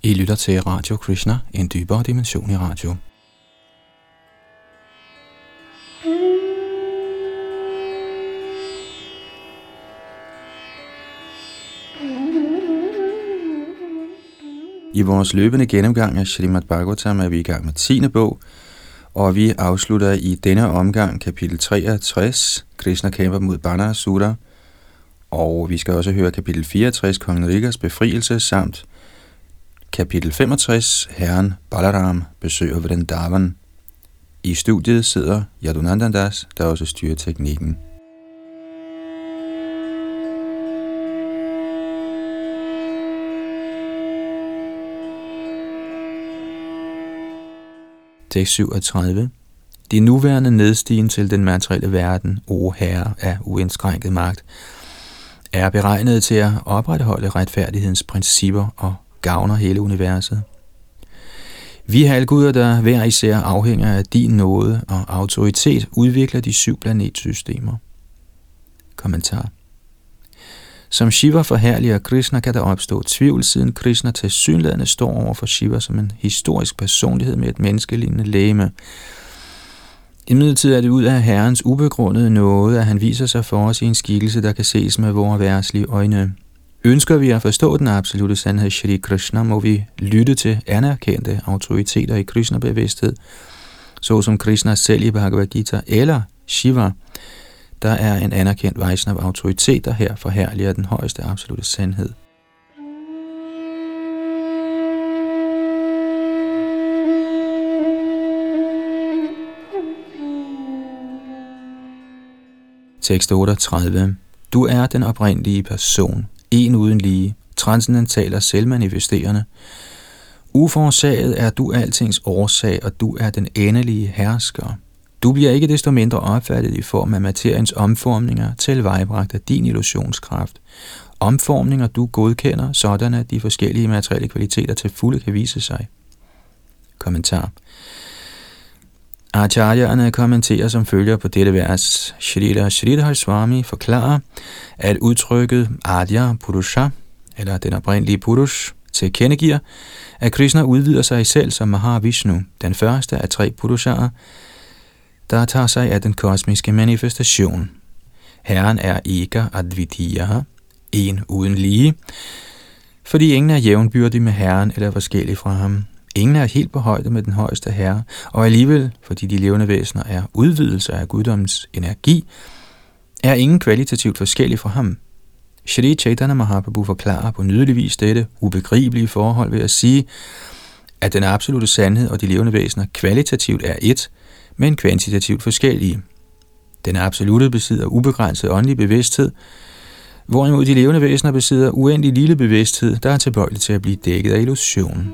I lytter til Radio Krishna, en dybere dimension i radio. I vores løbende gennemgang af Srimad Bhagavatam er vi i gang med 10. bog, og vi afslutter i denne omgang kapitel 63, Krishna kæmper mod Banasura, og vi skal også høre kapitel 64, Kongen Rigas befrielse, samt kapitel 65, Herren Balaram besøger Vrindavan. I studiet sidder Yadunandan Das, der også styrer teknikken. Tekst 37. De nuværende nedstigen til den materielle verden, o herre af uindskrænket magt, er beregnet til at opretholde retfærdighedens principper og gavner hele universet. Vi halvguder, der hver især afhænger af din nåde og autoritet, udvikler de 7 planetsystemer. Kommentar. Som Shiva forherliger Krishna, kan der opstå tvivl, siden Krishna tilsyneladende står over for Shiva som en historisk personlighed med et menneskelignende legeme. Imidlertid er det ud af Herrens ubegrundede nåde, at han viser sig for os i en skikkelse, der kan ses med vores verdslige øjne. Ønsker vi at forstå den absolute sandhed Shri Krishna, må vi lytte til anerkendte autoriteter i Krishna-bevidsthed, såsom Krishna selv i Bhagavad Gita, eller Shiva, der er en anerkendt Vaishnava autoritet, der her forherliger den højeste absolute sandhed. Tekst 38. Du er den oprindelige person, en uden lige, transcendental og selvmanifesterende. Uforårsaget er du altings årsag, og du er den endelige hersker. Du bliver ikke desto mindre opfattet i form af materiens omformninger, tilvejebragt af din illusionskraft. Omformninger du godkender, sådan at de forskellige materielle kvaliteter til fulde kan vise sig. Kommentar. Acharyerne kommenterer som følger på dette vers. Shrila Sridhar Swami forklarer, at udtrykket Adya Purusha, eller den oprindelige Purush, tilkendegiver, at Krishna udvider sig selv som Mahavishnu, den første af 3 Purushaer, der tager sig af den kosmiske manifestation. Herren er Eka Advitiya, en uden lige, fordi ingen er jævnbyrdig med Herren eller forskellig fra ham. Ingen er helt på højde med den højeste herre, og alligevel, fordi de levende væsener er udvidelser af guddoms energi, er ingen kvalitativt forskellig fra ham. Shri Chaitanya Mahaprabhu forklarer på nydelig vis dette ubegribelige forhold ved at sige, at den absolute sandhed og de levende væsener kvalitativt er ét, men kvantitativt forskellige. Den absolute besidder ubegrænset åndelig bevidsthed, hvorimod de levende væsener besidder uendelig lille bevidsthed, der er tilbøjelig til at blive dækket af illusion.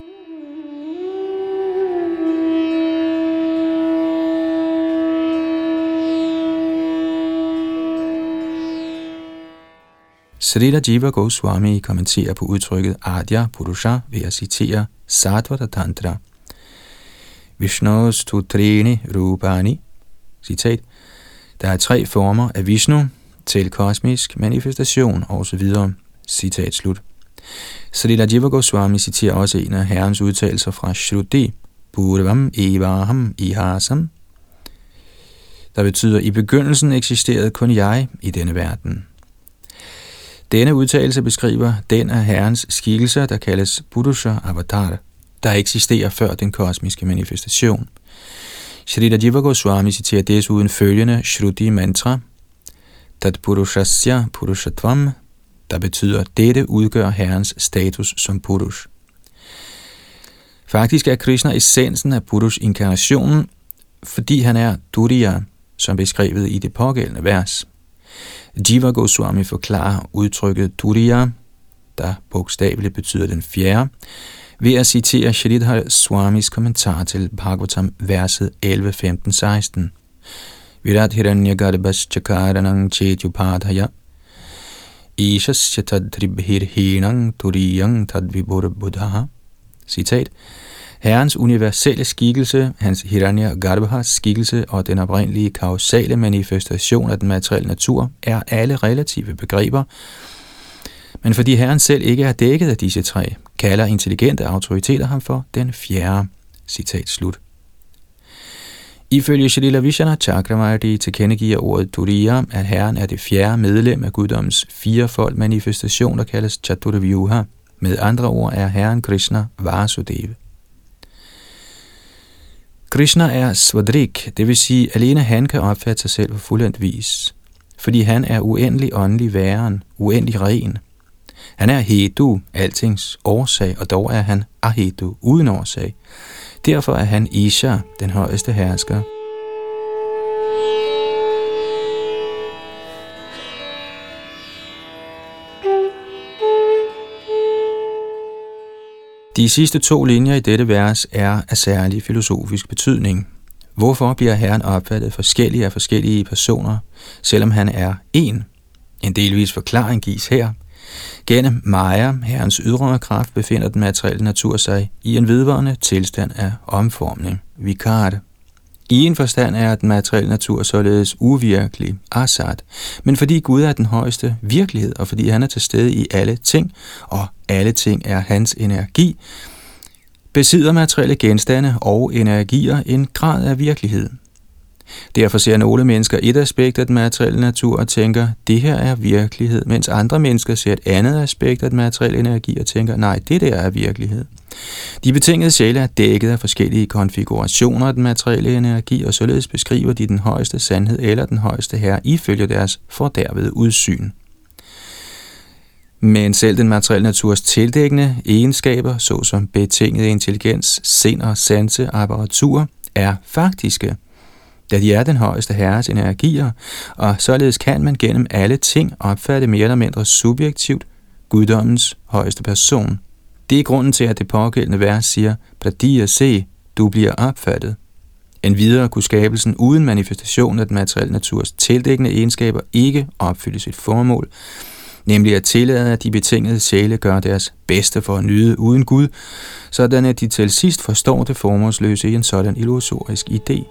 Srila Jiva Goswami kommenterer på udtrykket Adya Purusha ved at citere Satvata Tantra. Vishnus Tutrini Rupani, citat, der er 3 former af Vishnu til kosmisk manifestation osv. Citat slut. Srila Jiva Goswami citerer også en af Herrens udtalelser fra Shruti, Purvam Evaham Ihasam, der betyder, i begyndelsen eksisterede kun jeg i denne verden. Denne udtalelse beskriver den af Herrens skikkelser, der kaldes Purusha Avatar, der eksisterer før den kosmiske manifestation. Shrila Jiva Goswami citerer desuden følgende Shruti mantra, Tat Purushasya Purushatvam, der betyder, dette udgør Herrens status som Purush. Faktisk er Krishna essensen af Purush-inkarnationen, fordi han er Turiya, som beskrevet i det pågældende vers. Jiva Goswami forklarer udtrykket Turiya, der bogstaveligt betyder den fjerde, ved at citere Sridhar Swamis kommentar til Bhagavatam verset 11, 15, 16. Virat hiranyagarbhas chakaranang chetyupadhaya ishasya tadribhirhinang turiyang tadvibur buddha. Citat. Herrens universelle skikkelse, hans Hiranyagarbhas skikkelse og den oprindelige kausale manifestation af den materielle natur er alle relative begreber, Men fordi Herren selv ikke er dækket af disse tre, kalder intelligente autoriteter ham for den fjerde. Citat slut. Ifølge Shrila Vishana Chakravarti tilkendegiver ordet Turiya, at Herren er det fjerde medlem af guddommens firefold manifestation, der kaldes Chaturvyuha. Med andre ord er Herren Krishna Vasudeva. Krishna er Svadrik, det vil sige, alene han kan opfatte sig selv på fuldendt vis, fordi han er uendelig åndelig væren, uendelig ren. Han er Hetu, altings årsag, og dog er han Ahetu, uden årsag. Derfor er han Isha, den højeste hersker. De sidste 2 linjer i dette vers er af særlig filosofisk betydning. Hvorfor bliver Herren opfattet forskellige af forskellige personer, selvom han er én? En delvis forklaring gives her. Gennem Maya, Herrens ydre kraft, befinder den materielle natur sig i en vedvarende tilstand af omformning, vikar. I en forstand er den materielle natur således uvirkelig, asat, men fordi Gud er den højeste virkelighed, og fordi han er til stede i alle ting, og alle ting er hans energi, besidder materielle genstande og energier en grad af virkelighed. Derfor ser nogle mennesker et aspekt af den materielle natur og tænker, det her er virkelighed, mens andre mennesker ser et andet aspekt af den materielle energi og tænker, nej, det der er virkelighed. De betingede sjæle er dækket af forskellige konfigurationer af den materielle energi, og således beskriver de den højeste sandhed eller den højeste herre ifølge deres fordærvede udsyn. Men selv den materielle naturs tildækkende egenskaber, såsom betinget intelligens, sind og sanseapparatur, er faktiske, da de er den højeste herres energier, og således kan man gennem alle ting opfatte mere eller mindre subjektivt guddommens højeste person. Det er grunden til, at det pågældende vers siger, Pradiya se, du bliver opfattet. Endvidere kunne skabelsen uden manifestation af den materielle naturs tildækkende egenskaber ikke opfylde sit formål, nemlig at tillade, at de betingede sjæle gør deres bedste for at nyde uden Gud, sådan at de til sidst forstår det formålsløse i en sådan illusorisk idé.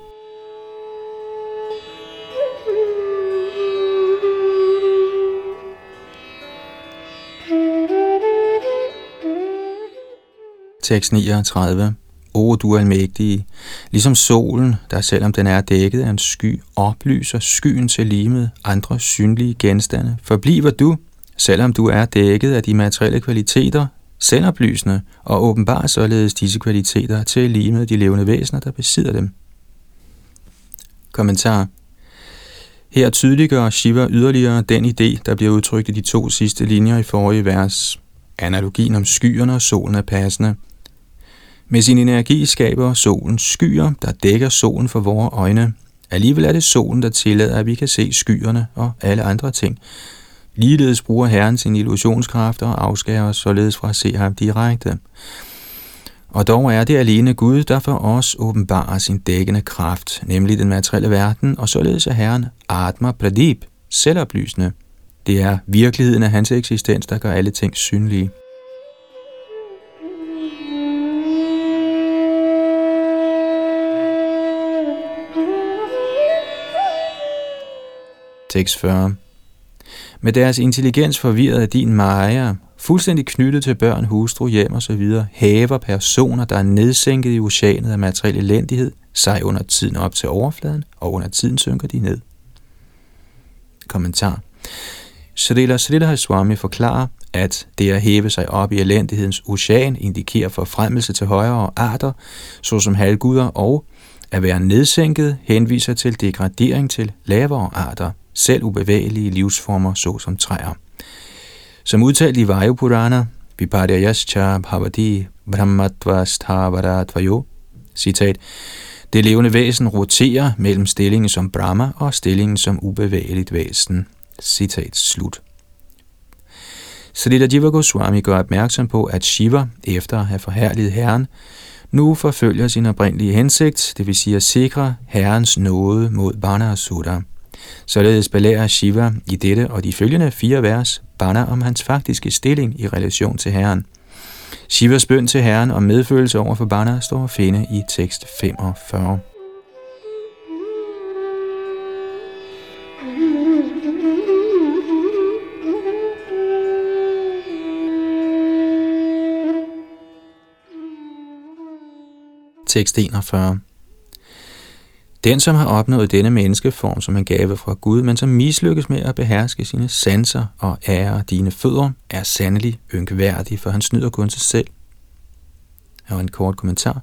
Tekst 39. O du almægtige, ligesom solen, der selvom den er dækket af en sky, oplyser skyen til limet andre synlige genstande, forbliver du, selvom du er dækket af de materielle kvaliteter, selvoplysende, og åbenbarer således disse kvaliteter til limet de levende væsener, der besidder dem. Kommentar. Her tydeliggør Shiva yderligere den idé, der bliver udtrykt i de 2 sidste linjer i forrige vers. Analogien om skyerne og solen er passende. Med sin energi skaber solen skyer, der dækker solen for vores øjne. Alligevel er det solen, der tillader, at vi kan se skyerne og alle andre ting. Ligeledes bruger Herren sin illusionskræfter og afskærer os således fra at se ham direkte. Og dog er det alene Gud, der for os åbenbarer sin dækkende kraft, nemlig den materielle verden, og således er Herren Atma Pradip, selvoplysende. Det er virkeligheden af hans eksistens, der gør alle ting synlige. Tekst 40. Med deres intelligens forvirret af din Maya, fuldstændig knyttet til børn, hustru, hjem og så videre, hæver personer, der er nedsænket i oceanet af materiel elendighed, sig under tiden op til overfladen, og under tiden synker de ned. Kommentar. Srila Sridhar Swami forklarer, at det at hæve sig op i elendighedens ocean indikerer forfremmelse til højere arter, såsom halvguder, og at være nedsænket henviser til degradering til lavere arter, selv ubevægelige livsformer såsom træer. Som udtalt i Vayu Purana, Viparyascha bhavati brahmatvasthavaratayo, citat, det levende væsen roterer mellem stillingen som Brahma og stillingen som ubevægeligt væsen. Citat slut. Srila Jiva Goswami gør opmærksom på, at Shiva, efter at have forherliget Herren, nu forfølger sin oprindelige hensigt, det vil sige at sikre Herrens nåde mod Banasura. Således belærer Shiva i dette og de følgende 4 vers Bana om hans faktiske stilling i relation til Herren. Shivas bøn til Herren om medfølelse over for Bana står at finde i tekst 45. Tekst 41. Den, som har opnået denne menneskeform som en gave fra Gud, men som mislykkes med at beherske sine sanser og ære dine fødder, er sandelig ynkværdig, for han snyder kun sig selv. Her en kort kommentar.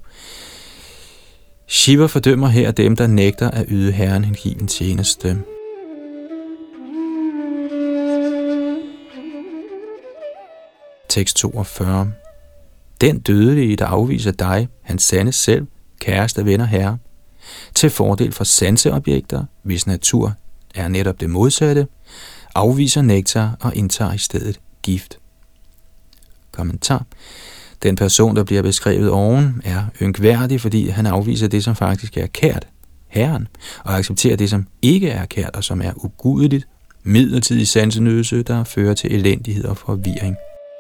Shiva fordømmer her dem, der nægter at yde Herren hengiven tjeneste. Tekst 42. Den dødelige, der afviser dig, hans sande selv, kæreste, ven og herre, til fordel for sanseobjekter, hvis natur er netop det modsatte, afviser nektar og indtager i stedet gift. Kommentar. Den person, der bliver beskrevet oven, er ynkværdig, fordi han afviser det, som faktisk er kært, Herren, og accepterer det, som ikke er kært og som er ugudeligt, midlertidig sansenydelse, der fører til elendighed og forvirring.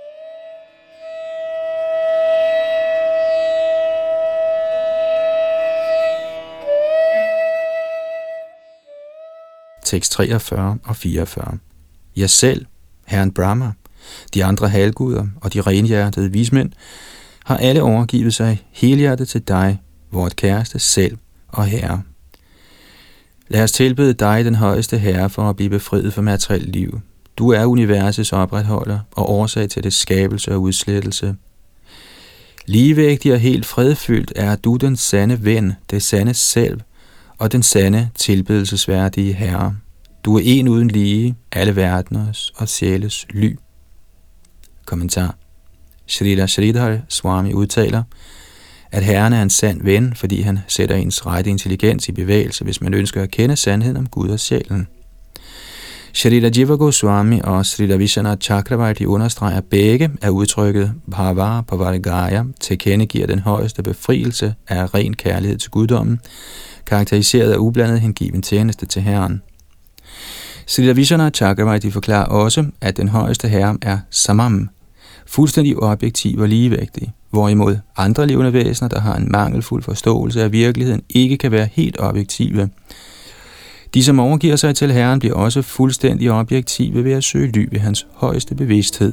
Tekst 43 og 44. Jeg selv, Herren Brahma, de andre halvguder og de renhjertede vismænd, har alle overgivet sig helhjertet til dig, vort kæreste selv og Herre. Lad os tilbede dig, den højeste Herre, for at blive befriet fra materielt liv. Du er universets opretholder og årsag til det skabelse og udslettelse. Ligevægtig og helt fredfyldt er du den sande ven, det sande selv og den sande tilbedelsesværdige Herre. Du er en uden lige, alle verdeners og sjæles ly. Kommentar. Shrila Sridhar Swami udtaler, at Herren er en sand ven, fordi han sætter ens rette intelligens i bevægelse, hvis man ønsker at kende sandheden om Gud og sjælen. Shrila Jiva Goswami og Srila Vishwanath Chakravarti understreger begge, at udtrykket Bhava Pavargaya tilkendegiver den højeste befrielse af ren kærlighed til guddommen, karakteriseret af ublandet hengiven tjeneste til Herren. Srila Vishwanath Chakravarti forklarer også, at den højeste Herre er Samam, fuldstændig objektiv og ligevægtig, hvorimod andre levende væsener, der har en mangelfuld forståelse af virkeligheden, ikke kan være helt objektive. De, som overgiver sig til Herren, bliver også fuldstændig objektive ved at søge ly ved hans højeste bevidsthed.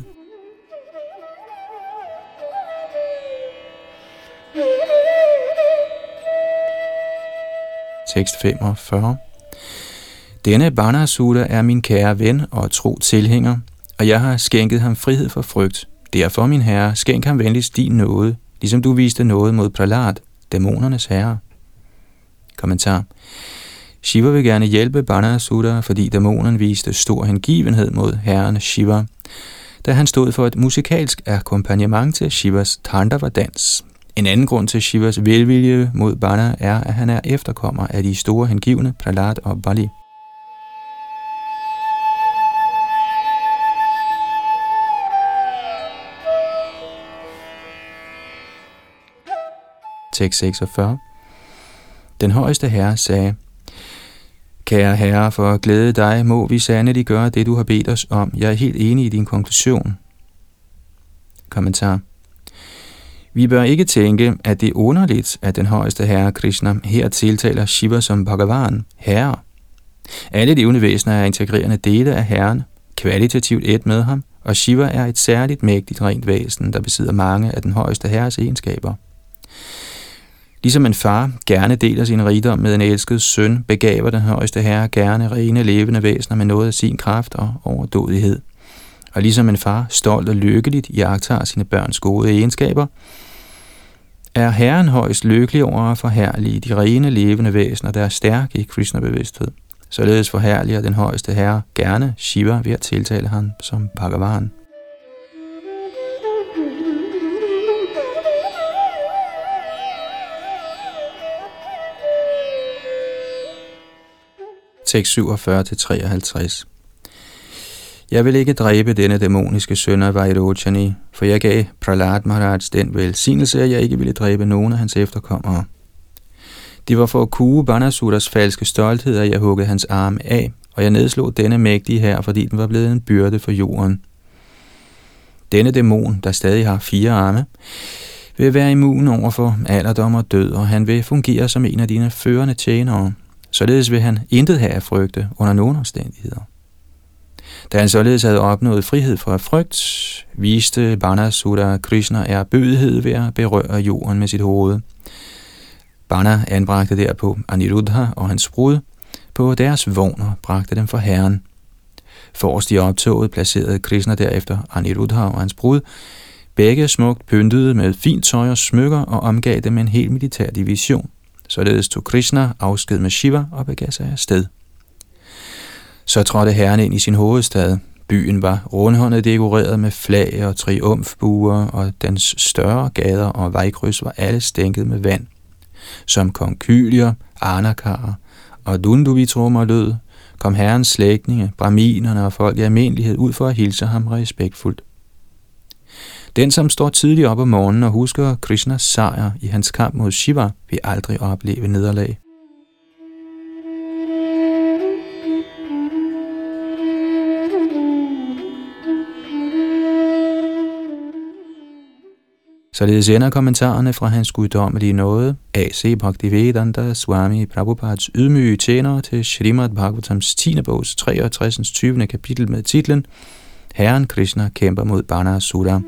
Tekst 45. Denne Banasura er min kære ven og tro tilhænger, og jeg har skænket ham frihed for frygt. Derfor, min herre, skænk ham venligst din nåde, ligesom du viste noget mod Prahlad, dæmonernes herre. Kommentar. Shiva vil gerne hjælpe Banasura, fordi dæmonen viste stor hengivenhed mod herren Shiva, da han stod for et musikalsk akkompagnement til Shivas Tandava-dans. En anden grund til Shivas velvilje mod Bana er, at han er efterkommer af de store hengivne Prahlad og Bali. Tekst 46. Den højeste herre sagde, kære herre, for at glæde dig, må vi sandelig gøre det, du har bedt os om. Jeg er helt enig i din konklusion. Kommentar. Vi bør ikke tænke, at det er underligt, at den højeste herre Krishna her tiltaler Shiva som Bhagavan, herre. Alle levende væsener er integrerende dele af herren, kvalitativt et med ham, og Shiva er et særligt mægtigt rent væsen, der besidder mange af den højeste herres egenskaber. Ligesom en far gerne deler sin rigdom med en elsket søn, begaver den højeste herre gerne rene levende væsener med noget af sin kraft og overdådighed. Og ligesom en far stolt og lykkeligt iagttager sine børns gode egenskaber, er herren højst lykkelig over at forherlige de rene levende væsener, der er stærke i Krishna-bevidsthed. Således forherliger den højeste herre gerne Shiva ved at tiltale ham som Bhagavan. Tekst 47-53. Jeg vil ikke dræbe denne dæmoniske søn af Vairocani, for jeg gav Prahlad Maharaj den velsignelse, at jeg ikke ville dræbe nogen af hans efterkommere. Det var for at kue Banasuras falske stolthed, at jeg huggede hans arme af, og jeg nedslog denne mægtige her, fordi den var blevet en byrde for jorden. Denne dæmon, der stadig har 4 arme, vil være immun over for alderdom og død, og han vil fungere som en af dine førende tjenere. Således vil han intet have at frygte under nogen omstændigheder. Da han således havde opnået frihed fra frygt, viste Banasura Krishna ærbødighed ved at berøre jorden med sit hoved. Bana anbragte derpå Aniruddha og hans brud på deres vogn og bragte dem for herren. Forrest i optoget placerede Krishna derefter Aniruddha og hans brud, begge smukt pyntede med fint tøj og smykker, og omgav dem en hel militær division. Således tog Krishna afsked med Shiva og begav sig afsted. Så trådte herren ind i sin hovedstad. Byen var rundhåndet dekoreret med flag og triumfbuer, og dens større gader og vejkryds var alle stænket med vand. Som konkylier, anakarer og dunduvitrummer lød, kom herrens slægtninge, brahminerne og folk i almindelighed ud for at hilse ham respektfuldt. Den, som står tidligt op om morgenen og husker Krishnas sejr i hans kamp mod Shiva, vil aldrig opleve nederlag. Således ender kommentarerne fra hans guddommelige nåde, A.C. Bhaktivedanta Swami Prabhupads ydmyge tjenere til Srimad Bhagavatams 10. bogs 63. 20. kapitel med titlen Herren Krishna kæmper mod Banasura.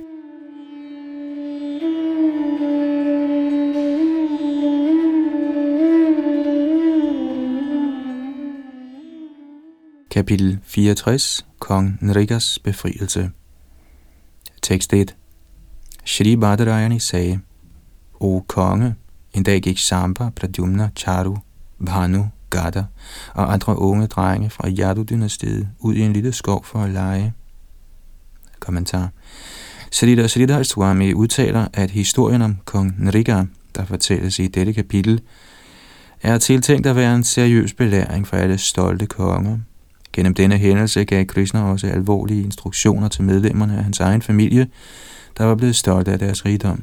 Kapitel 64. Kong Nrigas befrielse. Tekst 1. Shri Badarayani sagde: O konge, en dag gik Samba, Pradyumna, Charu, Bhanu, Gada og andre unge drenge fra Yadu-dynastiet ud i en lille skov for at lege. Kommentar. Sridhar Swami udtaler, at historien om kong Nriga, der fortælles i dette kapitel, er tiltænkt at være en seriøs belæring for alle stolte konger. Gennem denne hændelse gav Krishna også alvorlige instruktioner til medlemmerne af hans egen familie, der var blevet stolte af deres rigdom.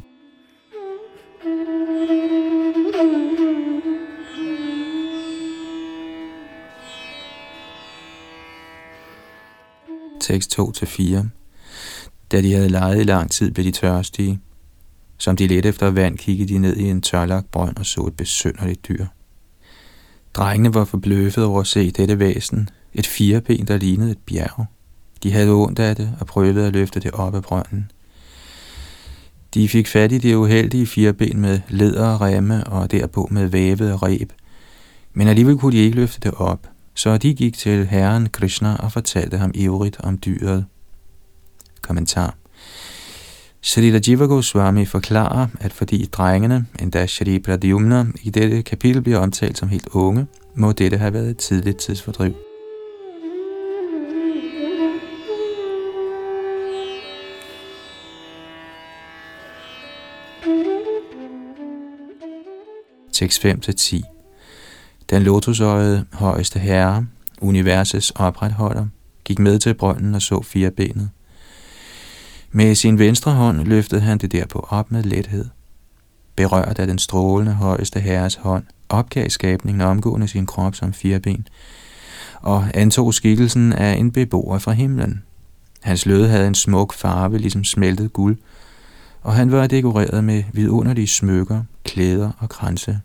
Tekst 2-4. Da de havde leget i lang tid, blev de tørstige. Som de ledte efter vand, kiggede de ned i en tørlagt brønd og så et besynderligt dyr. Drengene var forbløffet over at se dette væsen, et fireben, der lignede et bjerg. De havde ondt af det og prøvede at løfte det op af brønden. De fik fat i det uheldige fireben med læderremme og derpå med vævede reb, men alligevel kunne de ikke løfte det op, så de gik til herren Krishna og fortalte ham ivrigt om dyret. Kommentar. Srila Jiva Goswami forklarer, at fordi drengene, endda Shri Pradyumna, i dette kapitel bliver omtalt som helt unge, må dette have været et tidligt tidsfordriv. Tekst 5-10. Den lotusøjede højeste herre, universets opretholder, gik med til brønden og så firebenet. Med sin venstre hånd løftede han det derpå op med lethed. Berørt af den strålende højeste herres hånd, opgav skabningen omgående sin krop som fireben, og antog skikkelsen af en beboer fra himlen. Hans lød havde en smuk farve, ligesom smeltet guld, og han var dekoreret med vidunderlige smykker, klæder og kranse.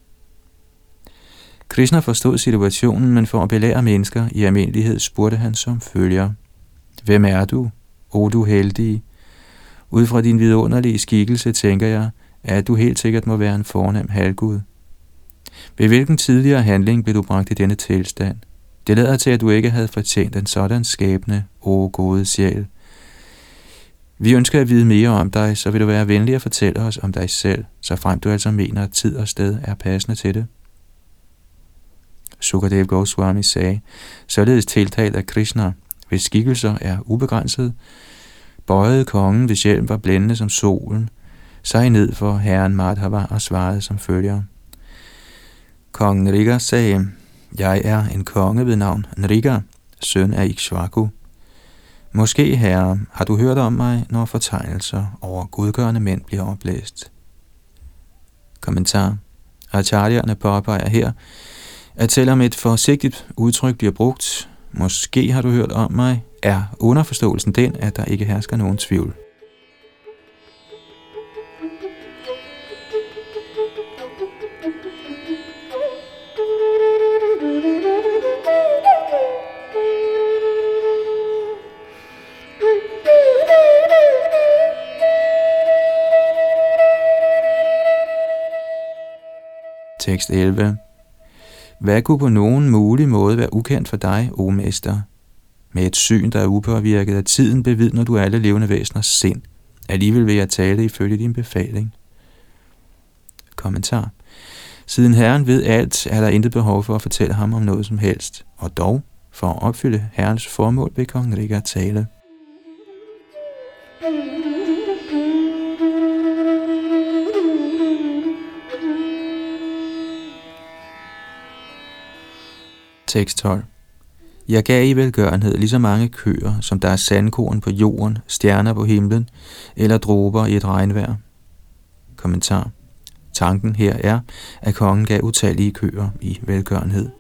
Krishna forstod situationen, men for at belære mennesker i almindelighed spurgte han som følger: Hvem er du, o du heldige? Ud fra din vidunderlige skikkelse tænker jeg, at du helt sikkert må være en fornem halvgud. Ved hvilken tidligere handling blev du bragt i denne tilstand? Det lader til, at du ikke havde fortjent en sådan skæbne, o gode sjæl. Vi ønsker at vide mere om dig, så vil du være venlig at fortælle os om dig selv, så frem du altså mener, at tid og sted er passende til det. Sukadev Goswami sagde, således tiltalt af Krishna, hvis skikkelser er ubegrænset, bøjede kongen, hvis hjelm var blændende som solen, sig ned for herren Madhava og svarede som følger. Kong Nriga sagde, jeg er en konge ved navn Nriga, søn af Ikshvaku. Måske, herre, har du hørt om mig, når fortegnelser over godgørende mænd bliver oplæst. Kommentar. Acharyerne påpeger her, at selvom et forsigtigt udtryk bliver brugt, måske har du hørt om mig, er underforståelsen den, at der ikke hersker nogen tvivl. Tekst 11. Hvad kunne på nogen mulig måde være ukendt for dig, o mester? Med et syn, der er upåvirket af tiden, bevidner du alle levende væseners sind. Alligevel vil jeg tale ifølge din befaling. Kommentar. Siden Herren ved alt, er der intet behov for at fortælle ham om noget som helst. Og dog, for at opfylde Herrens formål, vil kong Riga tale. Tekst 12. Jeg gav i velgørenhed lige så mange køer, som der er sandkorn på jorden, stjerner på himlen eller dråber i et regnvejr. Kommentar. Tanken her er, at kongen gav utallige køer i velgørenhed.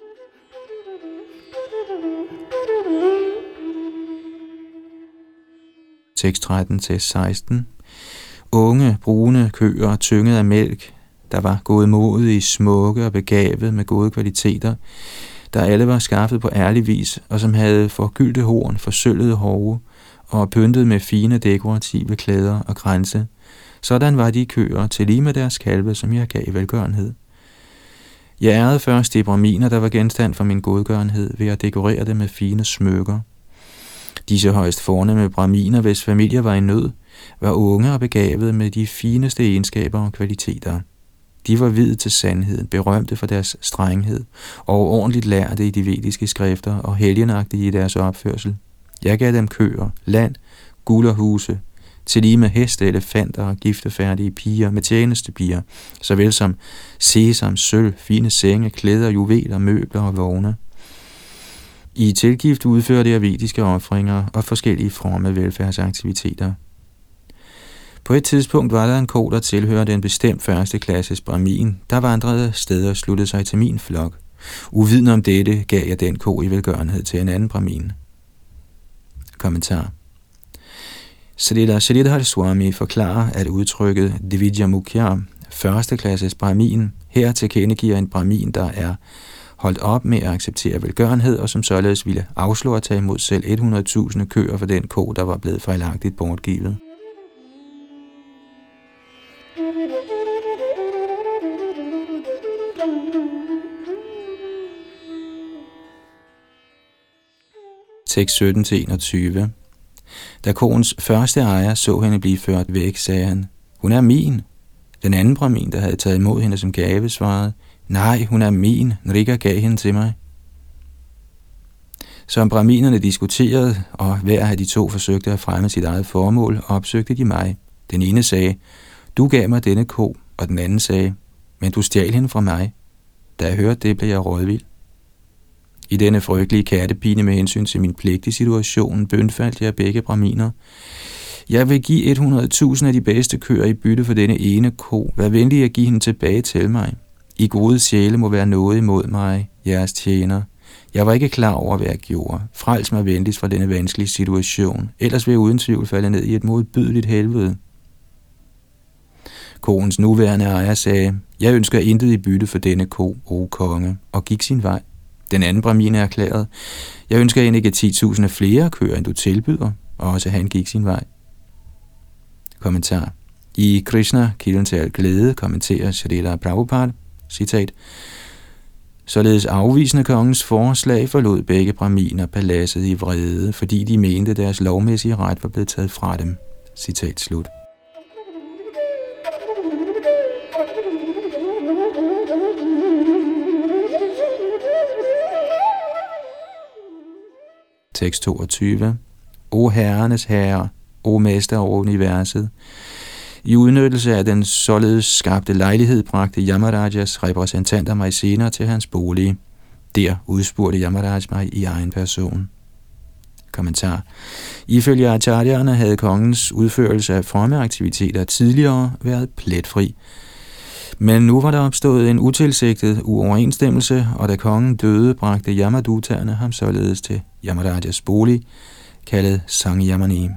Tekst 13-16. Unge, brune køer tynget af mælk, der var godmodige, smukke og begavet med gode kvaliteter, der alle var skaffet på ærlig vis, og som havde forgyldte horn, forsølvede hove og pyntet med fine dekorative klæder og kranse. Sådan var de køer til lige med deres kalve, som jeg gav i velgørenhed. Jeg ærede først de braminer, der var genstand for min godgørenhed, ved at dekorere dem med fine smykker. Disse højst fornemme braminer, hvis familie var i nød, var unge og begavet med de fineste egenskaber og kvaliteter. De var viet til sandheden, berømte for deres strenghed, og ordentligt lærte i de vediske skrifter og helgenagtige i deres opførsel. Jeg gav dem køer, land, guld og huse, til lige med heste, elefanter og giftefærdige piger med tjenestepiger, såvel som sesam, sølv, fine senge, klæder, juveler, møbler og vogne. I tilgift udførte jeg vediske ofringer og forskellige fromme velfærdsaktiviteter. På et tidspunkt var der en ko, der tilhørte en bestemt første klasses brahmin, der vandrede steder og sluttede sig til min flok. Uvidende om dette gav jeg den ko i velgørenhed til en anden brahmin. Kommentar. Srila Sridhar Swami forklarer, at udtrykket Dvijya Mukhya, første klasses brahmin, her tilkendegiver en brahmin, der er holdt op med at acceptere velgørenhed, og som således ville afslå at tage imod selv 100.000 køer for den ko, der var blevet fejlagtigt bortgivet. Tekst 17-21. Da koens første ejer så hende blive ført væk, sagde han, hun er min. Den anden brahmin, der havde taget imod hende som gave, svarede, nej, hun er min, Riga gav hende til mig. Som brahminerne diskuterede, og hver af de to forsøgte at fremme sit eget formål, opsøgte de mig. Den ene sagde, du gav mig denne ko, og den anden sagde, men du stjal hende fra mig. Da jeg hørte det, blev jeg rådvild. I denne frygtelige kattepine med hensyn til min pligt i situationen, bønfaldt jeg begge brahminer. Jeg vil give 100.000 af de bedste køer i bytte for denne ene ko. Vær venlig at give hende tilbage til mig. I gode sjæle må være noget imod mig, jeres tjener. Jeg var ikke klar over, hvad jeg gjorde. Frels mig venligst fra denne vanskelige situation. Ellers vil jeg uden tvivl falde ned i et modbydeligt helvede. Koens nuværende ejer sagde, jeg ønsker intet i bytte for denne ko, o konge, og gik sin vej. Den anden brahmin erklærede, jeg ønsker end ikke 10.000 flere køer, end du tilbyder, og også han gik sin vej. Kommentar. I Krishna, kilden til al glæde, kommenterer Srila Prabhupada, citat, således afvisende kongens forslag forlod begge brahminer paladset i vrede, fordi de mente, deres lovmæssige ret var blevet taget fra dem. Citat slut. Tekst 22. O herrenes herre, o mester over universet. I udnyttelse af den således skabte lejlighed bragte Yamarajas repræsentanter mig senere til hans bolig. Der udspurgte Yamaraj mig i egen person. Kommentar. Ifølge acharyerne havde kongens udførelse af fromme aktiviteter tidligere været pletfri. Men nu var der opstået en utilsigtet uoverensstemmelse, og da kongen døde, bragte Yamaduterne ham således til Yamarajas bolig, kaldet Sangyamani.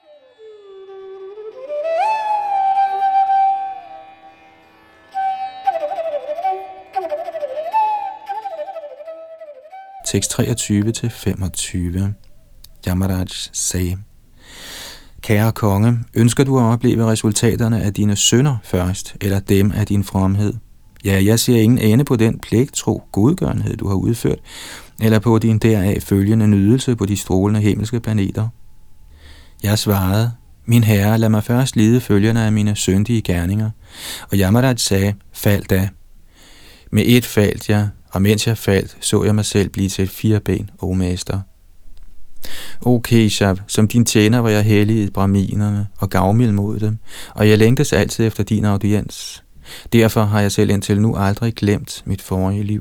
Tekst 23-25. Yamaraj sagde, kære konge, ønsker du at opleve resultaterne af dine synder først, eller dem af din fromhed? Ja, jeg ser ingen ende på den pligttro godgørenhed, du har udført, eller på din deraf følgende nydelse på de strålende himmelske planeter. Jeg svarede, min herre, lad mig først lide følgerne af mine syndige gerninger, og Yamaraj sagde, fald da. Med et faldt jeg, og mens jeg faldt, så jeg mig selv blive til et fireben, o mester. O Keshav, som din tjener var jeg helliget brahminerne og gavmild mod dem, og jeg længtes altid efter din audiens. Derfor har jeg selv indtil nu aldrig glemt mit forrige liv.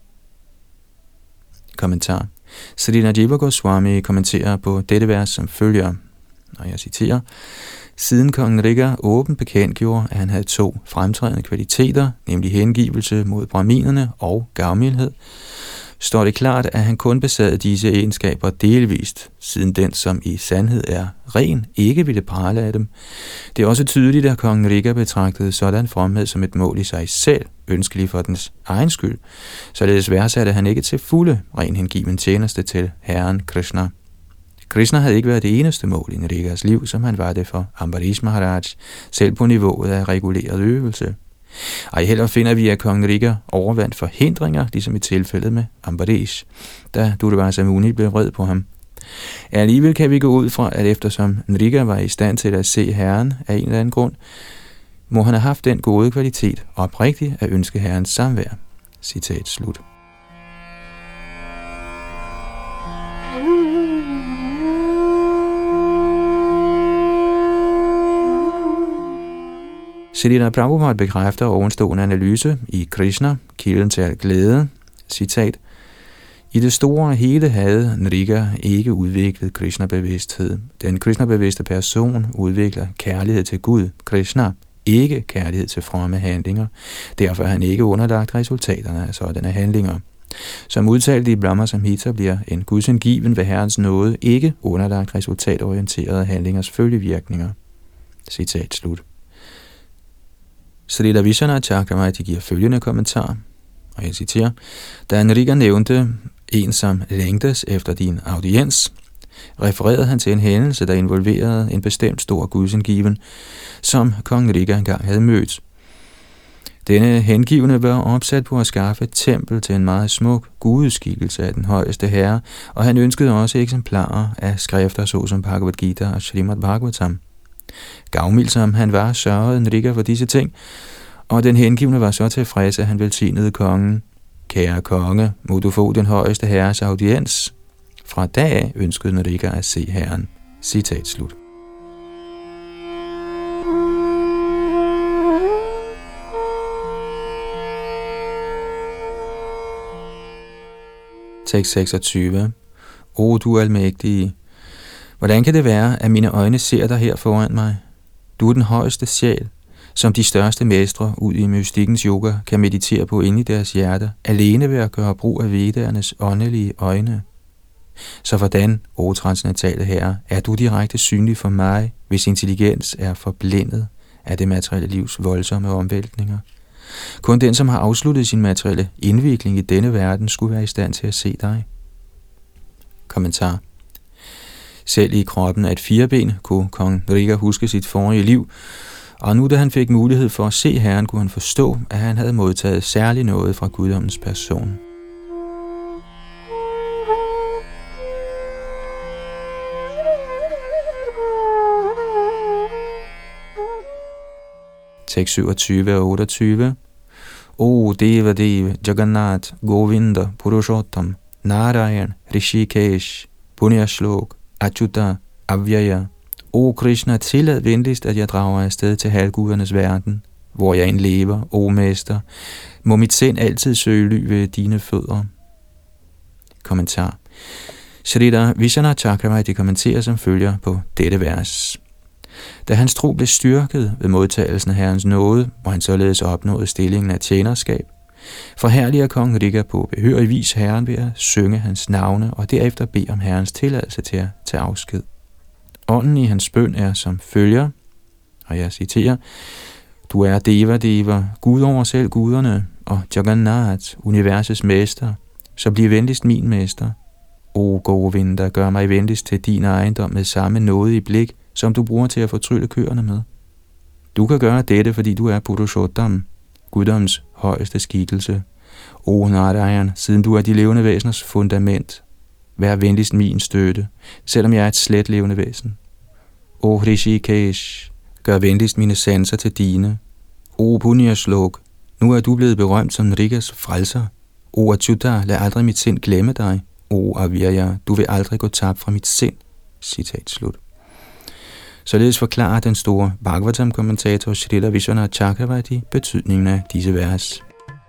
Kommentar. Srila Jiva Goswami kommenterer på dette vers som følger, og jeg citerer, siden kongen Riga åbent bekendtgjorde, at han havde 2 fremtrædende kvaliteter, nemlig hengivelse mod brahminerne og gavmildhed, står det klart, at han kun besad disse egenskaber delvist, siden den, som i sandhed er ren, ikke ville prale af dem. Det er også tydeligt, at kongen Riga betragtede sådan fromhed som et mål i sig selv, ønskelig for dens egen skyld. Således værdsatte han ikke til fulde ren hengiven tjeneste til herren Krishna. Krishna havde ikke været det eneste mål i Rigas liv, som han var det for Ambarish Maharaj, selv på niveauet af reguleret øvelse. Ej heller finder vi, at kongen Riga overvandt forhindringer, ligesom i tilfældet med Ambarish, da Durvasa Muni blev vred på ham. Alligevel kan vi gå ud fra, at eftersom Riga var i stand til at se herren af en eller anden grund, må han have haft den gode kvalitet oprigtigt at ønske herrens samvær. Citat slut. Srila Prabhupada bekræfter ovenstående analyse i Krishna, kilden til al glæde, citat, i det store hele havde Nriga ikke udviklet Krishna-bevidsthed. Den Krishna-bevidste person udvikler kærlighed til Gud, Krishna, ikke kærlighed til fromme handlinger. Derfor er han ikke underlagt resultaterne af sådanne handlinger. Som udtalt i Brahma Samhita bliver en gudsindgiven ved herrens nåde ikke underlagt resultatorienterede handlingers følgevirkninger. Citat slut. Srila Vishwanath Chakravarti giver følgende kommentar, og jeg citerer, da Nriga nævnte en, som længtes efter din audiens, refererede han til en hændelse, der involverede en bestemt stor gudsindgiven, som kong Nriga engang havde mødt. Denne hengivne var opsat på at skaffe et tempel til en meget smuk gudeskikkelse af den højeste herre, og han ønskede også eksemplarer af skrifter såsom Bhagavad Gita og Srimad Bhagavatam. Gavmild som han var, sørgede Nriga for disse ting, og den hengivne var så tilfreds, at han velsignede kongen. Kære konge, må du få den højeste herres audiens. Fra dag af ønskede Nriga at se herren. Citat slut. Tekst 26. O du almægtige, hvordan kan det være, at mine øjne ser dig her foran mig? Du er den højeste sjæl, som de største mestre ud i mystikkens yoga kan meditere på inde i deres hjerte, alene ved at gøre brug af Vedaernes åndelige øjne. Så hvordan, o transcendentale herre, er du direkte synlig for mig, hvis intelligens er forblændet af det materielle livs voldsomme omvæltninger? Kun den, som har afsluttet sin materielle indvikling i denne verden, skulle være i stand til at se dig. Kommentar. Selv i kroppen af et fireben kunne kong Nriga huske sit forrige liv, og nu da han fik mulighed for at se herren, kunne han forstå, at han havde modtaget særlig noget fra guddommens person. Tekst 27 og 28. O Deva Deva, Jagannath, Govinda, Purushottam, Narayan, Rishikesh, Punyashlok, Achyuta, Avyaya. O Krishna, tillad venligst, at jeg drager afsted til halvgudernes verden, hvor jeg end lever, o mester. Må mit sind altid søge ly ved dine fødder. Kommentar. Srila Vishwanath Chakravarti kommenterer som følger på dette vers. Da hans tro blev styrket ved modtagelsen af herrens nåde, hvor han således opnåede stillingen af tjenerskab, forherliger kong Riga på behørig vis herren ved at synge hans navne og derefter bede om herrens tilladelse til at tage afsked. Ånden i hans bøn er som følger, og jeg citerer, du er Deva Deva, Gud over selv guderne, og Jagannath, universets mester, så bliv venligst min mester. O Govinda, gør mig venligst til din ejendom med samme nåde i blik, som du bruger til at fortrylle køerne med. Du kan gøre dette, fordi du er Purushottam. guddoms højeste skikkelse. O Narayan, siden du er de levende væseners fundament, vær venligst min støtte, selvom jeg er et slet levende væsen. O Hrishikesh, gør venligst mine sanser til dine. O Punyashlok, nu er du blevet berømt som Nrigas frelser. O Achyuta, lad aldrig mit sind glemme dig. O Avirya, du vil aldrig gå tabt fra mit sind. Citat slut. Således forklarer den store Bhagavatam-kommentator Shrila Vishwanath Chakravarti betydningen af disse vers.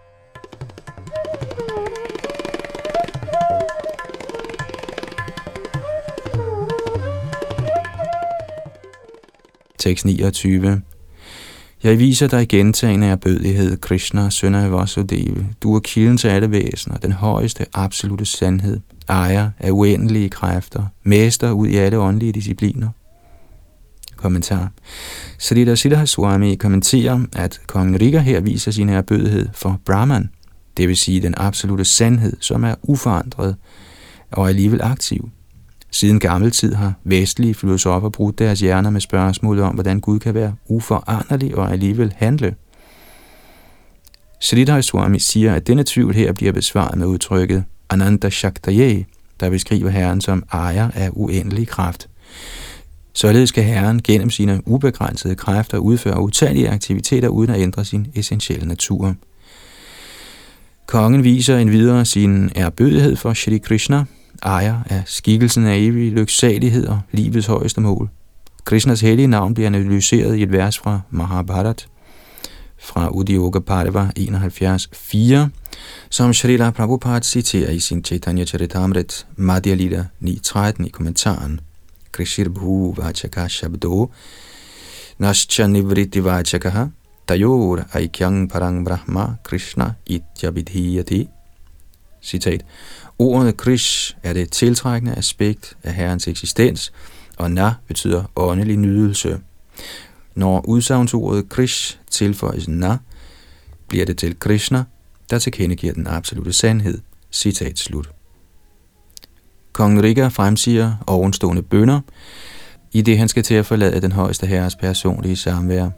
Tekst 29. Jeg viser dig gentagende erbødighed, Krishna, søn af Vasudeva. Du er kilden til alle væsener, den højeste absolute sandhed, ejer af uendelige kræfter, mester ud i alle åndelige discipliner. Kommentar. Sridhar Siddhar Swami kommenterer, at kongen Nrika her viser sin erbødighed for Brahman, det vil sige den absolute sandhed, som er uforandret og alligevel aktiv. Siden gammel tid har vestlige filosoffer brugt deres hjerner med spørgsmålet om, hvordan Gud kan være uforanderlig og alligevel handle. Sridhar Swami siger, at denne tvivl her bliver besvaret med udtrykket Ananta Shaktaye, der beskriver Herren som ejer af uendelig kraft. Således kan Herren gennem sine ubegrænsede kræfter udføre utallige aktiviteter uden at ændre sin essentielle natur. Kongen viser endvidere sin erbødighed for Shri Krishna, ejer af skikkelsen af evig lyksalighed og livets højeste mål. Krishnas hellige navn bliver analyseret i et vers fra Mahabharat, fra Udyoga Parva 71.4, som Srila Prabhupada citerer i sin Chaitanya Charitamrit Madhya Lila 9.13 i kommentaren. Krishir bhu vachaka shabdo nascha nivriti vachakaha tayor aikyang parang brahma Krishna ityabidhiyati. Citat. Ordet Krish er det tiltrækkende aspekt af Herrens eksistens, og na betyder åndelig nydelse. Når udsagnsordet Krish tilføjes na, bliver det til Krishna, der tilkendegiver den absolute sandhed. Citat slut. Kong Nrika fremsiger ovenstående bønner, i det han skal til at forlade den højeste herres personlige samvær.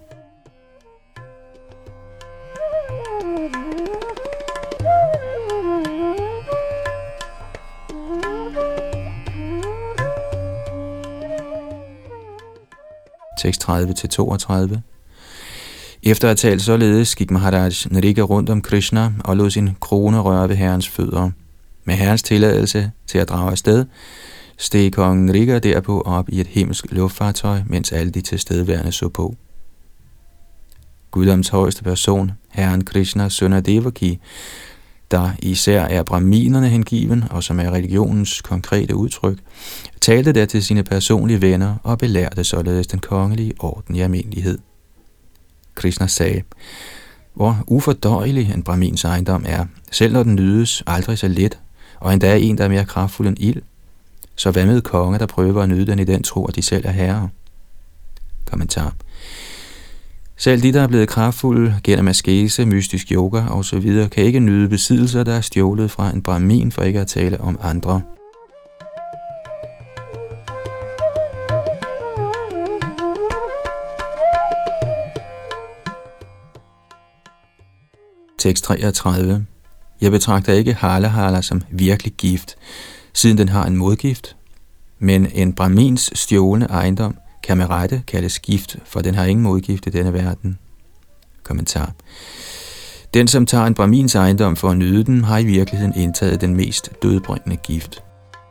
Tekst 30-32. Efter at tale således gik Maharaj Nrika rundt om Krishna og lod sin krone røre ved herrens fødder. Med herrens tilladelse til at drage afsted, steg kongen Nrika derpå op i et himmelsk luftfartøj, mens alle de tilstedeværende så på. Guddoms højeste person, herren Krishna, søn af Devaki, der især er brahminerne hengiven, og som er religionens konkrete udtryk, talte der til sine personlige venner og belærte således den kongelige orden i almindelighed. Krishna sagde, hvor ufordøjelig en brahmins ejendom er, selv når den nydes aldrig så let, og endda en, der er mere kraftfuld end ild. Så hvad med konger, der prøver at nyde den i den tro, at de selv er herrer? Kommentar. Selv de, der er blevet kraftfulde gennem askese, mystisk yoga osv., kan ikke nyde besiddelser, der er stjålet fra en brahmin, for ikke at tale om andre. Tekst 33. Jeg betragter ikke hala som virkelig gift, siden den har en modgift, men en brahmins stjålne ejendom kan med rette kaldes gift, for den har ingen modgift i denne verden. Kommentar. Den, som tager en brahmins ejendom for at nyde den, har i virkeligheden indtaget den mest dødbringende gift.